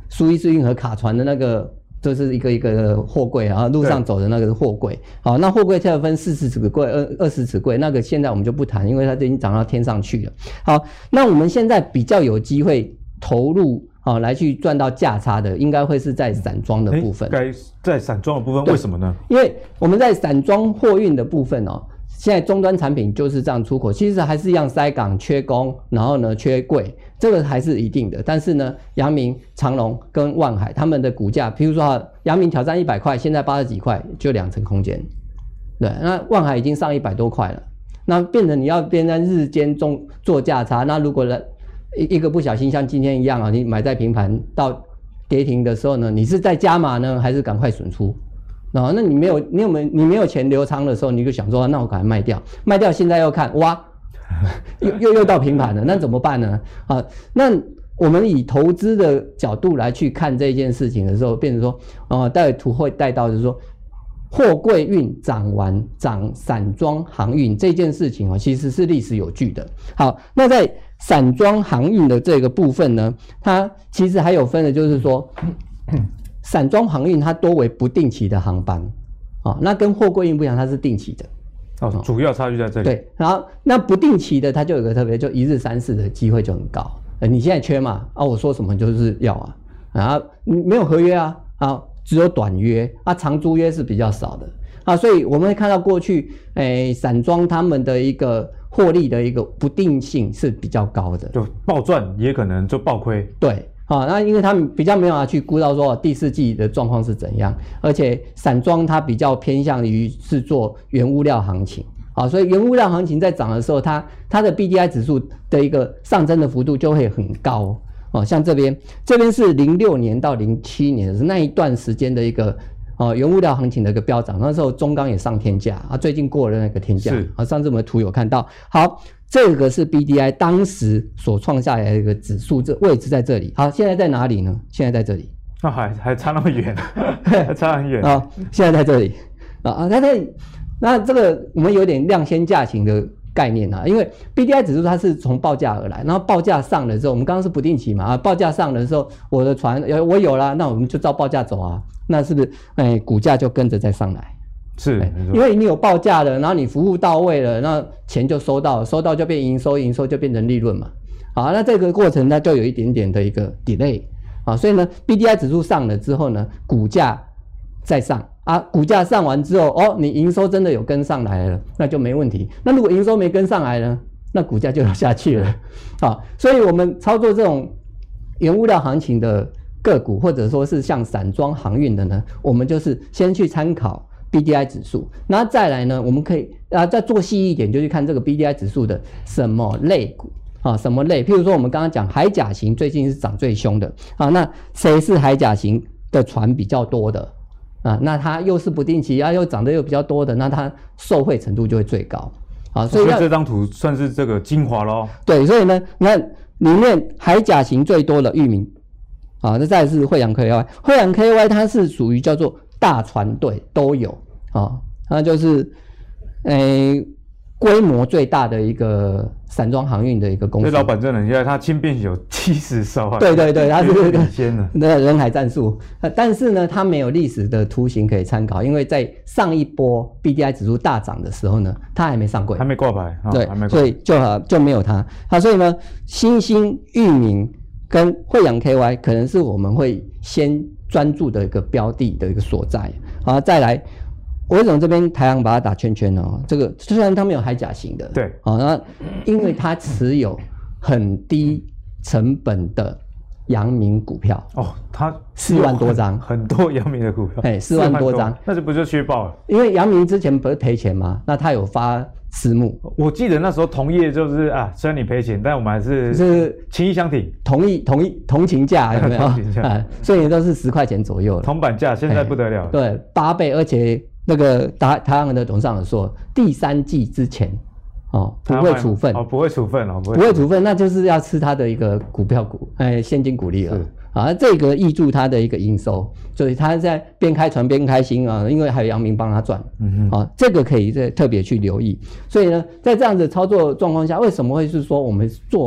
苏伊士运河卡船的那个。就是一个一个货柜啊，路上走的那个货柜。好，那货柜它有分40尺柜、20尺柜，那个现在我们就不谈，因为它已经涨到天上去了。好，那我们现在比较有机会投入来去赚到价差的，应该会是在散装的部分。 该在散装的部分，为什么呢？ 因为我们在散装货运的部分现在终端产品就是这样出口，其实还是一样塞港、缺工，然后呢缺柜，这个还是一定的。但是呢，阳明、长荣跟万海他们的股价，譬如说阳明挑战100块，现在80几块，就2成空间。对，那万海已经上100多块了，那变成你要变成日间中做价差。那如果一个不小心像今天一样你买在平盘到跌停的时候呢，你是在加码呢，还是赶快损出？那你没有钱留仓的时候，你就想说，那我赶快卖掉，卖掉现在又看哇，又到平盘了，那怎么办呢？那我们以投资的角度来去看这件事情的时候，变成说，待会图会带到就是说，货柜运涨完涨散装航运这件事情其实是历史有据的。好，那在散装航运的这个部分呢，它其实还有分的就是说。散装航运它多为不定期的航班，那跟货柜运不一样，它是定期的。 主要差距在这里。 对，然后那不定期的它就有个特别，就1日3次的机会就很高。你现在缺嘛？我说什么就是要啊，没有合约只有短约长租约是比较少的所以我们会看到过去散装他们的一个获利的一个不定性是比较高的， 就暴赚也可能就暴亏。 对。那因为他们比较没有去估到说第4季的状况是怎样，而且散装它比较偏向于是做原物料行情所以原物料行情在涨的时候，它的 BDI 指数的一个上升的幅度就会很高像这边是06年到07年是那一段时间的一个原物料行情的一个飙涨，那时候中钢也上天价最近过了那个天价上次我们图有看到。好。这个是 BDI 当时所创下来的一个指数，这位置在这里。好，现在在哪里呢？现在在这里。 那还差那么远，还差很远现在在这里那这个我们有点量先价行的概念因为 BDI 指数它是从报价而来，然后报价上了之后，我们刚刚是不定期嘛报价上了之后，我的船我有了，那我们就照报价走那是不是股价就跟着再上来？ 是， 因为你有报价了，然后你服务到位了，那钱就收到就变营收，营收就变成利润嘛。好，那这个过程它就有一点点的一个 delay 所以呢 BDI 指数上了之后呢，股价再上股价上完之后你营收真的有跟上来了，那就没问题。那如果营收没跟上来呢，那股价就要下去了所以我们操作这种原物料行情的个股，或者说是像散装航运的呢，我们就是先去参考BDI 指数，然后再来呢，我们可以再做细一点，就去看这个 BDI 指数的什么类股什么类？譬如说我们刚刚讲海甲型最近是涨最凶的那谁是海甲型的船比较多的那它又是不定期又涨得又比较多的，那它受惠程度就会最高所以这张图算是这个精华咯。 对，所以呢，那里面海甲型最多的裕民那再来是慧洋 KY， 慧洋 KY 它是属于叫做大船队都有那就是规模最大的一个散装航运的一个公司。 所以老板真的很厉害，他轻便有70艘对，他是领先的那人海战术但是呢，它没有历史的图形可以参考，因为在上一波 BDI 指数大涨的时候呢，它还没上柜， 还没挂牌对，所以就没有它所以呢，新兴、裕民跟慧洋 KY 可能是我们会先专注的一个标的的一个所在再来我为什么这边台航把它打圈圈呢？这个虽然它没有海甲型的， 对那因为它持有很低成本的阳明股票它 4万多张， 很多阳明的股票 ，4万多张， 那这不就削爆了？ 因为阳明之前不是赔钱吗？那他有发私募， 我记得那时候同业就是虽然你赔钱，但我们还是情义相挺， 同情价有没有？所以都是10块钱左右了， 铜板价现在不得了， 对，8倍，而且那个台航的董事长说，第3季之前不会处分不会处分不会处分，那就是要吃他的一个股票现金股利了这个挹注他的一个营收，所以他在边开船边开心因为还有阳明帮他赚这个可以特别去留意。所以呢，在这样的操作状况下，为什么会是说我们做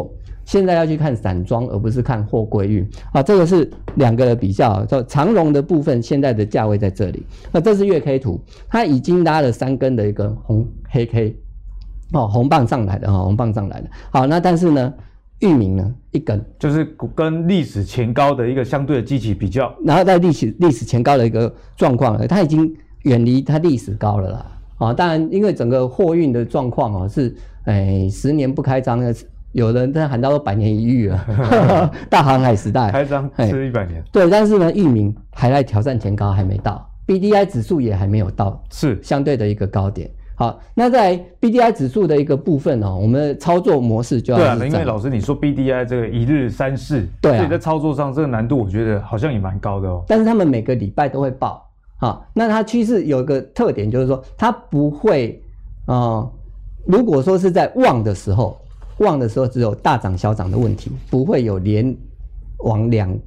现在要去看散装，而不是看货柜运啊。这个是2个的比较，长荣的部分现在的价位在这里。那这是月 K 图，它已经拉了3根的一个黑 K， 红棒上来的红棒上来的。好，那但是呢，裕民呢1根， 就是跟历史前高的一个相对的基期比较， 然后在历史前高的一个状况，它已经远离它历史高了啦。当然，因为整个货运的状况是，10年不开张的，有人在喊到100年一遇了，大航海时代开张是100年。 对，但是呢，裕民还在挑战前高，还没到 ，BDI 指数也还没有到， 是相对的一个高点。好，那在 BDI 指数的一个部分我们的操作模式就要对啊，因为老师你说 BDI 这个1日3市， 对啊， 所以在操作上这个难度我觉得好像也蛮高的哦。 但是他们每个礼拜都会报。好，那它趋势有一个特点，就是说它不会，如果说是在旺的时候只有大涨小涨的问题，不会有连往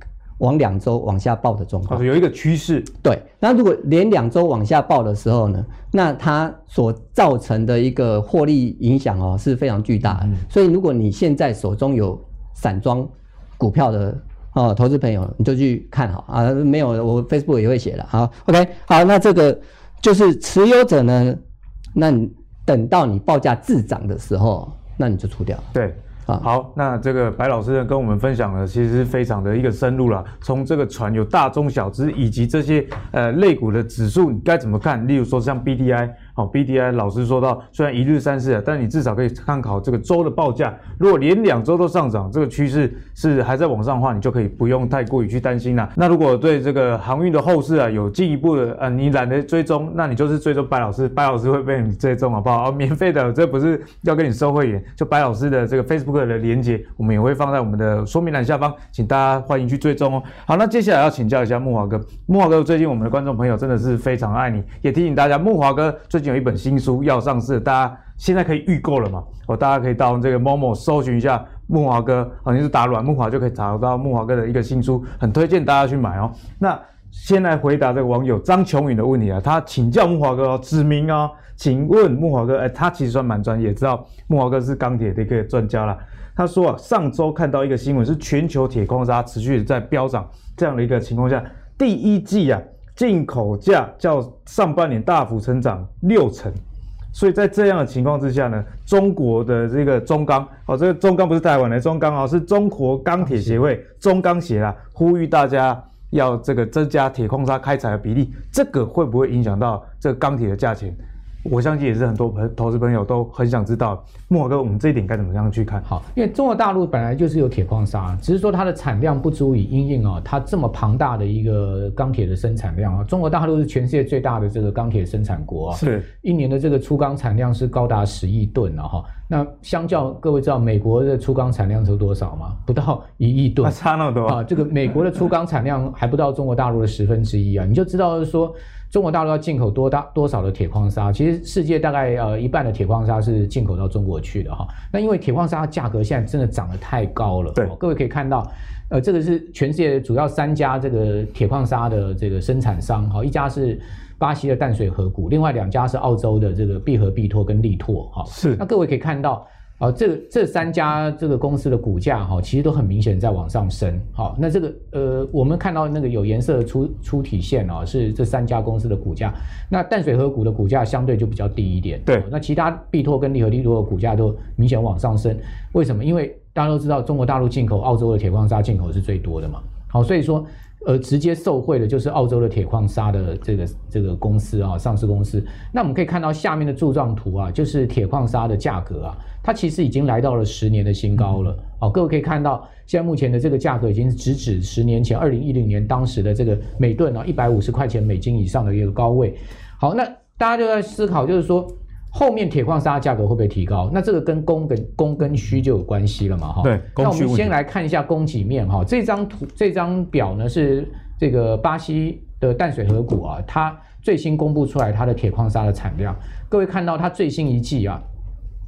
2周往下报的状况。 有一个趋势。 对，那如果连2周往下报的时候呢，那它所造成的一个获利影响是非常巨大的。所以如果你现在手中有散装股票的投资朋友，你就去看好啊，没有我 Facebook 也会写了。好 ，OK， 好，那这个就是持有者呢，那你等到你报价自涨的时候，那你就出掉。 对。好，那这个白老师呢跟我们分享的其实非常的一个深入啦，从这个船有大中小只以及这些类股的指数你该怎么看，例如说像 BDI，BDI 老师说到虽然1日3市但你至少可以参考这个周的报价，如果连2周都上涨，这个趋势是还在往上的话，你就可以不用太过于去担心啦。那如果对这个航运的后市有进一步的你懒得追踪，那你就是追踪白老师会被你追踪好不好？免费的，这不是要跟你收会员，就白老师的这个 Facebook的连结我们也会放在我们的说明栏下方，请大家欢迎去追踪哦。好，那接下来要请教一下木华哥，最近我们的观众朋友真的是非常爱你，也提醒大家，木华哥最近有一本新书要上市，大家现在可以预购了嘛？大家可以到这个 Momo 搜寻一下木华哥，你是打阮木华就可以找到木华哥的一个新书，很推荐大家去买哦。那先来回答这个网友张琼允的问题啊，他请教木华哥指明请问木华哥，他其实算蛮专业，知道木华哥是钢铁的一个专家啦。他说上周看到一个新闻，是全球铁矿砂持续在飙涨，这样的一个情况下，第一季进口价较上半年大幅成长60%，所以在这样的情况之下呢，中国的这个中钢这个中钢不是台湾的中钢是中国钢铁协会中钢协呼吁大家要这个增加铁矿砂开采的比例，这个会不会影响到这个钢铁的价钱？我相信也是很多投资朋友都很想知道，木华哥，我们这一点该怎么样去看？ 好，因为中国大陆本来就是有铁矿砂，只是说它的产量不足以因应它这么庞大的一个钢铁的生产量中国大陆是全世界最大的这个钢铁生产国是一年的这个粗钢产量是高达10亿吨那相较各位知道美国的粗钢产量是多少吗？不到1亿吨， 差那么多这个美国的粗钢产量还不到中国大陆的1/10你就知道说中国大陆要进口多少的铁矿砂？其实世界大概一半的铁矿砂是进口到中国去的那因为铁矿砂的价格现在真的涨得太高了， 对， 各位可以看到，这个是全世界主要3家这个铁矿砂的这个生产商一家是巴西的淡水河谷，另外2家是澳洲的这个必和必拓跟力拓是。 那各位可以看到。这3家这个公司的股价其实都很明显在往上升。那这个我们看到那个有颜色的出体线是这3家公司的股价。那淡水河谷的股价相对就比较低一点。 对。 那其他必拓跟力和力拓的股价都明显往上升。为什么？因为大家都知道中国大陆进口澳洲的铁矿砂进口是最多的嘛。所以说直接受惠的就是澳洲的铁矿砂的这个公司上市公司。那我们可以看到下面的柱状图就是铁矿砂的价格它其实已经来到了10年的新高了。各位可以看到，现在目前的这个价格已经直指10年前2010年当时的这个每吨150块钱美金以上的一个高位。好，那大家就在思考，就是说后面铁矿砂价格会不会提高？那这个跟供跟需就有关系了嘛？ 对， 那我们先来看一下供给面这张表呢是这个巴西的淡水河谷它最新公布出来它的铁矿砂的产量。各位看到它最新一季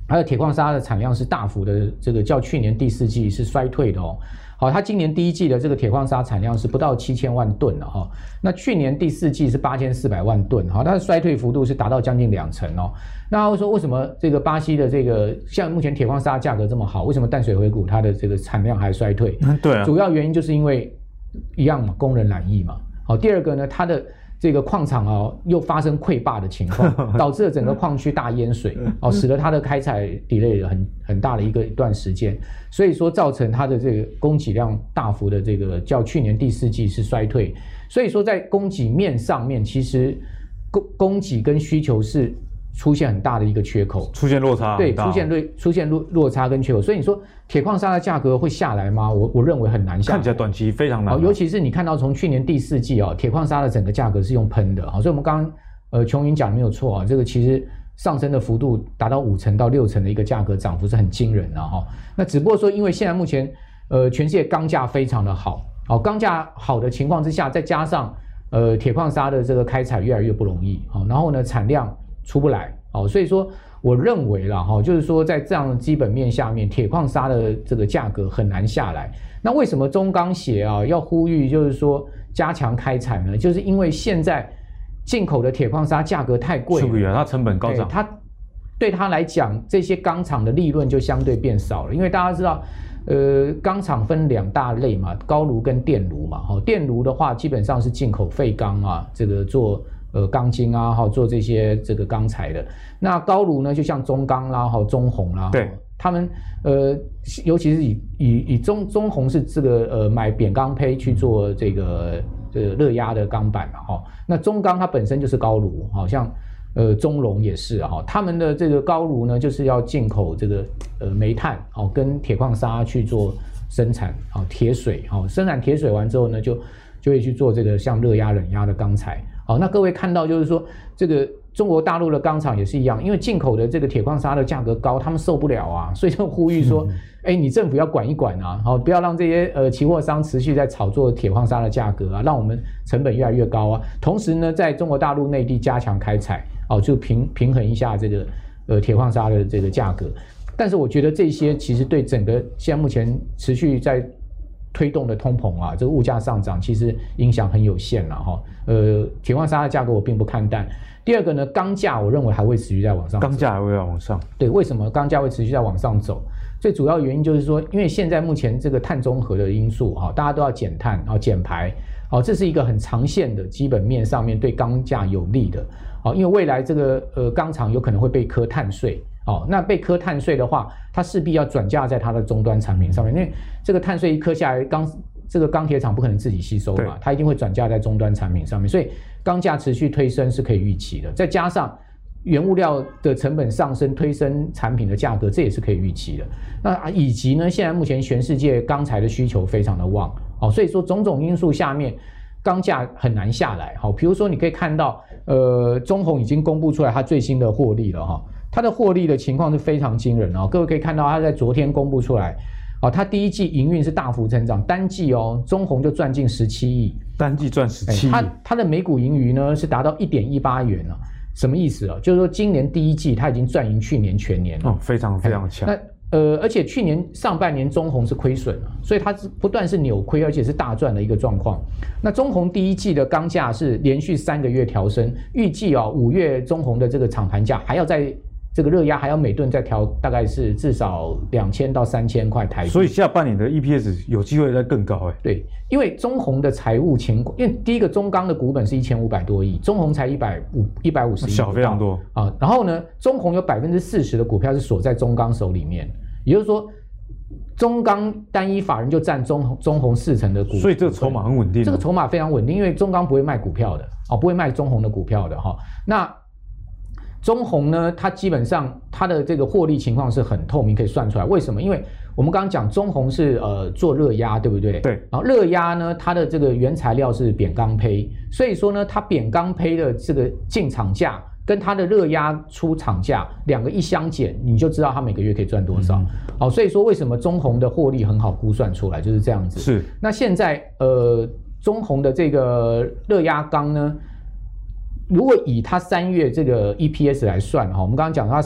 还有铁矿砂的产量是大幅的这个较去年第4季是衰退的哦。好，它今年第1季的这个铁矿砂产量是不到7000万吨了哈，那去年第4季是8400万吨，哈，它的衰退幅度是达到将近2成哦。那说为什么这个巴西的这个像目前铁矿砂价格这么好，为什么淡水回谷它的这个产量还衰退？ 对啊， 主要原因就是因为一样嘛，工人染疫嘛。好，第二个呢，它的这个矿场又发生溃坝的情况，导致了整个矿区大淹水，使得它的开采 delay 了很大的一段时间，所以说造成它的这个供给量大幅的这个较去年第4季是衰退，所以说在供给面上面，其实供给跟需求是出现很大的一个缺口， 出现落差， 对，出现落差跟缺口，所以你说铁矿砂的价格会下来吗？我认为很难下来， 看起来短期非常难， 尤其是你看到从去年第4季铁矿砂的整个价格是用喷的，所以我们刚刚琼云讲的没有错这个其实上升的幅度达到5成到6成的一个价格涨幅是很惊人的哈。那只不过说因为现在目前全世界钢价非常的好，钢价好的情况之下，再加上铁矿砂的这个开采越来越不容易，然后呢产量出不来，所以说我认为啦，就是说在这样的基本面下面，铁矿砂的这个价格很难下来。那为什么中钢协要呼吁就是说加强开采呢？就是因为现在进口的铁矿砂价格太贵了， 它成本高涨， 对他来讲，这些钢厂的利润就相对变少了，因为大家知道。钢厂分2大类嘛，高炉跟电炉嘛。电炉的话，基本上是进口废钢这个做钢筋做这些这个钢材的。那高炉呢，就像中钢啦，中宏啦， 对， 他们尤其是以中宏是这个买扁钢坯去做这个热压的钢板嘛，那中钢它本身就是高炉，好像。中龙也是他们的这个高炉呢，就是要进口这个煤炭跟铁矿砂去做生产铁水生产铁水完之后呢，就会去做这个像热压冷压的钢材。那各位看到就是说这个中国大陆的钢厂也是一样，因为进口的这个铁矿砂的价格高，他们受不了所以就呼吁说你政府要管一管不要让这些期货商持续在炒作铁矿砂的价格让我们成本越来越高同时呢，在中国大陆内地加强开采就平衡一下这个铁矿砂的这个价格。但是我觉得这些其实对整个现在目前持续在推动的通膨这个物价上涨其实影响很有限了铁矿砂的价格我并不看淡。第二个呢，钢价我认为还会持续在往上走， 钢价还会往上。 对，为什么钢价会持续在往上走？最主要原因就是说，因为现在目前这个碳中和的因素大家都要减碳减排这是一个很长线的基本面上面对钢价有利的因为未来这个钢厂有可能会被课碳税那被课碳税的话，它势必要转嫁在它的终端产品上面，因为这个碳税一课下来，这个钢铁厂不可能自己吸收嘛，它一定会转嫁在终端产品上面，所以钢价持续推升是可以预期的。再加上原物料的成本上升，推升产品的价格，这也是可以预期的。那以及呢，现在目前全世界钢材的需求非常的旺所以说种种因素下面，钢价很难下来比如说你可以看到中宏已经公布出来它最新的获利了它的获利的情况是非常惊人各位可以看到它在昨天公布出来它第1季营运是大幅增长，单季中宏就赚进17亿， 单季赚17亿， 它的每股盈余呢是达到 1.18 元什么意思就是说今年第1季它已经赚赢去年全年了非常非常强。 那而且去年上半年中宏是亏损所以它不断是扭亏，而且是大赚的一个状况。那中宏第1季的钢价是连续3个月调升，预计5月中宏的这个厂盘价还要在这个热压还要每吨再调，大概是至少2000到3000块台币。 所以下半年的 EPS 有机会再更高对，因为中宏的财务情况，因为第一个中钢的股本是1500多亿，中宏才150亿， 小非常多然后呢，中宏有40%的股票是锁在中钢手里面，也就是说，中钢单一法人就占中宏40%的股份， 所以这个筹码很稳定。 这个筹码非常稳定，因为中钢不会卖股票的不会卖中宏的股票的那中宏呢，它基本上它的这个获利情况是很透明，可以算出来。为什么？因为我们刚刚讲中宏是做热压，对不对？ 对。 然后热压呢，它的这个原材料是扁钢坯，所以说呢，它扁钢坯的这个进厂价跟它的热压出厂价两个一相减，你就知道它每个月可以赚多少。所以说为什么中宏的获利很好估算出来，就是这样子。 是。 那现在中宏的这个热压钢呢？如果以它3月这个 EPS 来算我们刚刚讲它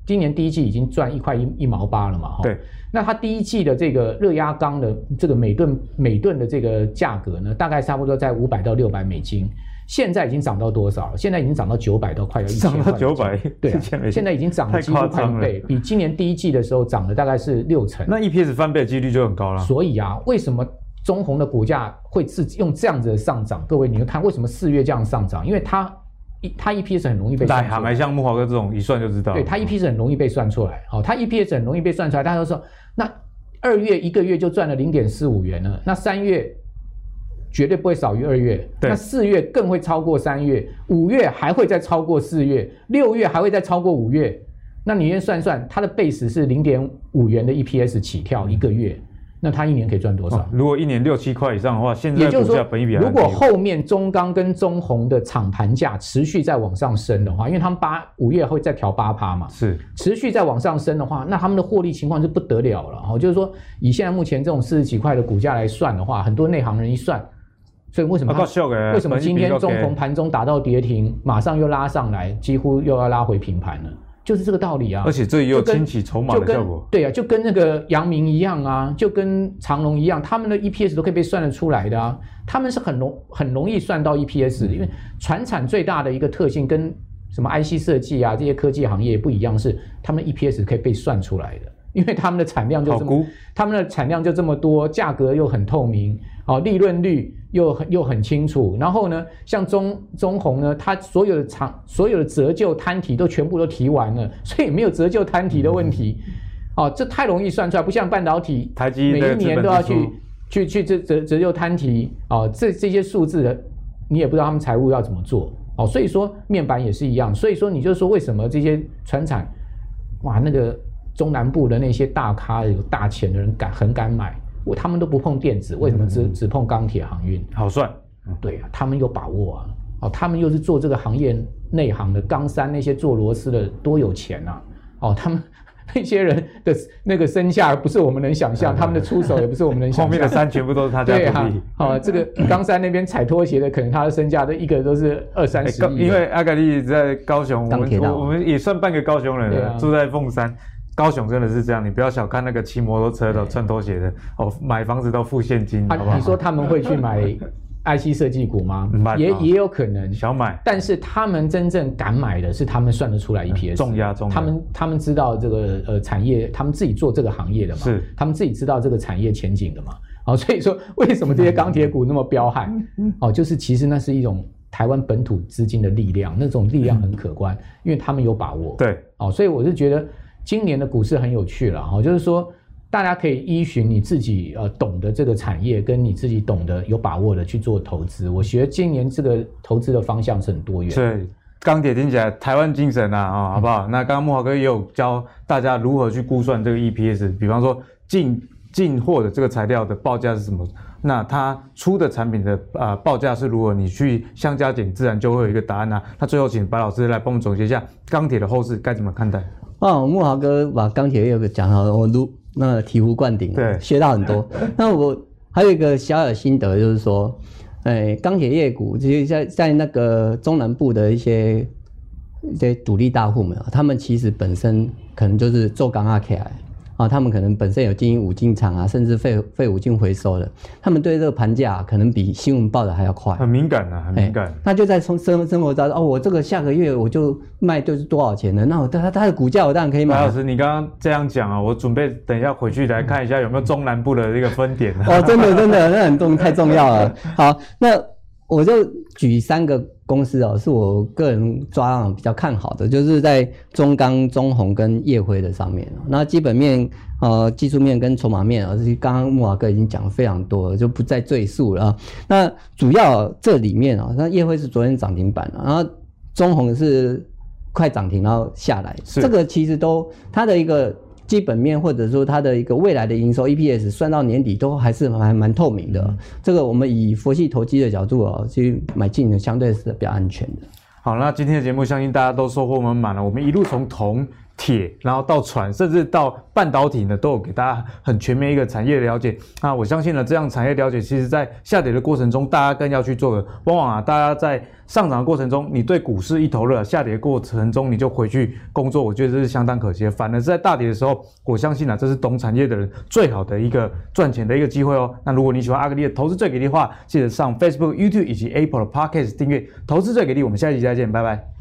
今年第一季已经赚1块1毛8了嘛， 对。 那它第一季的这个热压缸的这个每吨的这个价格呢，大概差不多在500到600美金。现在已经涨到多少了？现在已经涨到900到快要1000块。 涨到900， 对、啊，现在已经涨了几乎快1倍，比今年第一季的时候涨了大概是60%。 那 EPS 翻倍的几率就很高了。 所以啊，为什么中鸿的股价会用这样子的上涨？各位，你看为什么4月这样上涨？因为它 EPS 很容易被算出来， 像木华哥这种一算就知道。 对，它 EPS 很容易被算出来。好，它 EPS 很容易被算出来，大家都说那2月1个月就赚了0.45元了，那3月绝对不会少于2月，那4月更会超过3月，5月还会再超过4月，6月还会再超过5月。那你先算算，它的 base 是0.5元的 EPS 起跳1个月，那它1年可以赚多少？ 如果1年6、7块以上的话，现在股价本益比还很低。 如果后面中钢跟中鸿的厂盘价持续在往上升的话，因为他们5月会再调8%嘛， 是持续在往上升的话，那他们的获利情况就不得了了。就是说，以现在目前这种40几块的股价来算的话，很多内行人一算。所以为什么今天中鸿盘中打到跌停，马上又拉上来，几乎又要拉回平盘了，就是这个道理啊。 而且这也有清洗筹码的效果。 对啊，就跟那个阳明一样啊，就跟长荣一样，他们的 EPS 都可以被算得出来的啊。他们是很容易算到 EPS，因为传产最大的一个特性跟什么 IC 设计啊这些科技行业不一样，是他们 EPS 可以被算出来的。因为他们的产量就这么多，价格又很透明，利润率又很清楚。然后呢，像中鸿呢，它所有的折旧摊提都全部都提完了，所以没有折旧摊提的问题。这太容易算出来，不像半导体， 台积每一年都要去折旧摊提这些数字的，你也不知道他们财务要怎么做。所以说面板也是一样。所以说你就说为什么这些传产，哇那个。中南部的那些大咖有大钱的人很敢买，他们都不碰电子，为什么只碰钢铁航运？ 好赚， 对啊，他们有把握啊，他们又是做这个行业内行的，钢山那些做螺丝的多有钱啊，他们那些人的那个身价不是我们能想象，他们的出手也不是我们能想象， 后面的山全部都是他家土地。 这个钢山那边踩拖鞋的，可能他的身价一个都是20-30亿。 因为阿格力在高雄，我们也算半个高雄人了，住在凤山。高雄真的是这样，你不要小看那个骑摩托车的、穿拖鞋的买房子都付现金，好不好？ 你说他们会去买 IC 设计股吗？也有可能小买， 但是他们真正敢买的是他们算得出来 EPS， 重压， 他们知道这个产业，他们自己做这个行业的嘛， 是他们自己知道这个产业前景的嘛，所以说为什么这些钢铁股那么彪悍？就是其实那是一种台湾本土资金的力量，那种力量很可观，因为他们有把握。 对， 所以我是觉得。今年的股市很有趣了就是说大家可以依循你自己懂得这个产业，跟你自己懂得有把握的去做投资。我觉得今年这个投资的方向是很多元。 对，钢铁听起来台湾精神好不好？那刚刚木华哥也有教大家如何去估算这个 EPS， 比方说进货的这个材料的报价是什么，那它出的产品的报价是如何，你去相加减，自然就会有一个答案啊。那最后请白老师来帮我们总结一下钢铁的后市该怎么看待。 木华哥把钢铁业讲好了，我那醍醐灌顶， 对， 学到很多。那我还有一个小小的心得，就是说，钢铁业股，其实在那个中南部的一些独立大户们他们其实本身可能就是做钢起来。他们可能本身有经营五金厂甚至废五金回收的，他们对这个盘价可能比新闻报的还要快， 很敏感很敏感。 那就在生活中我这个下个月我就卖就是多少钱呢？那它的股价我当然可以买。 白老师，你刚刚这样讲我准备等一下回去来看一下有没有中南部的这个分点。 真的，那太重要了。好，那我就举3个公司是我个人抓比较看好的，就是在中钢、中鸿跟燁辉的上面。那基本面、技术面跟筹码面刚刚木华哥已经讲得非常多了，就不再赘述了。那主要这里面那燁辉是昨天涨停板然后中鸿是快涨停然后下来，这个其实都它的一个基本面或者说它的一个未来的营收 EPS 算到年底都还是蛮透明的。这个我们以佛系投机的角度去买进的相对是比较安全的。 好，那今天的节目相信大家都收获满满了。我们一路从铜铁，然后到船，甚至到半导体呢，都有给大家很全面一个产业的了解。那我相信呢，这样产业了解，其实在下跌的过程中，大家更要去做的。往往大家在上涨的过程中，你对股市一头热，下跌的过程中你就回去工作，我觉得这是相当可惜的。反而是在大跌的时候，我相信这是懂产业的人最好的一个赚钱的一个机会哦。那如果你喜欢阿格力的投资最给力的话，记得上 Facebook、YouTube 以及 Apple 的 Podcast 订阅投资最给力。我们下一集再见，拜拜。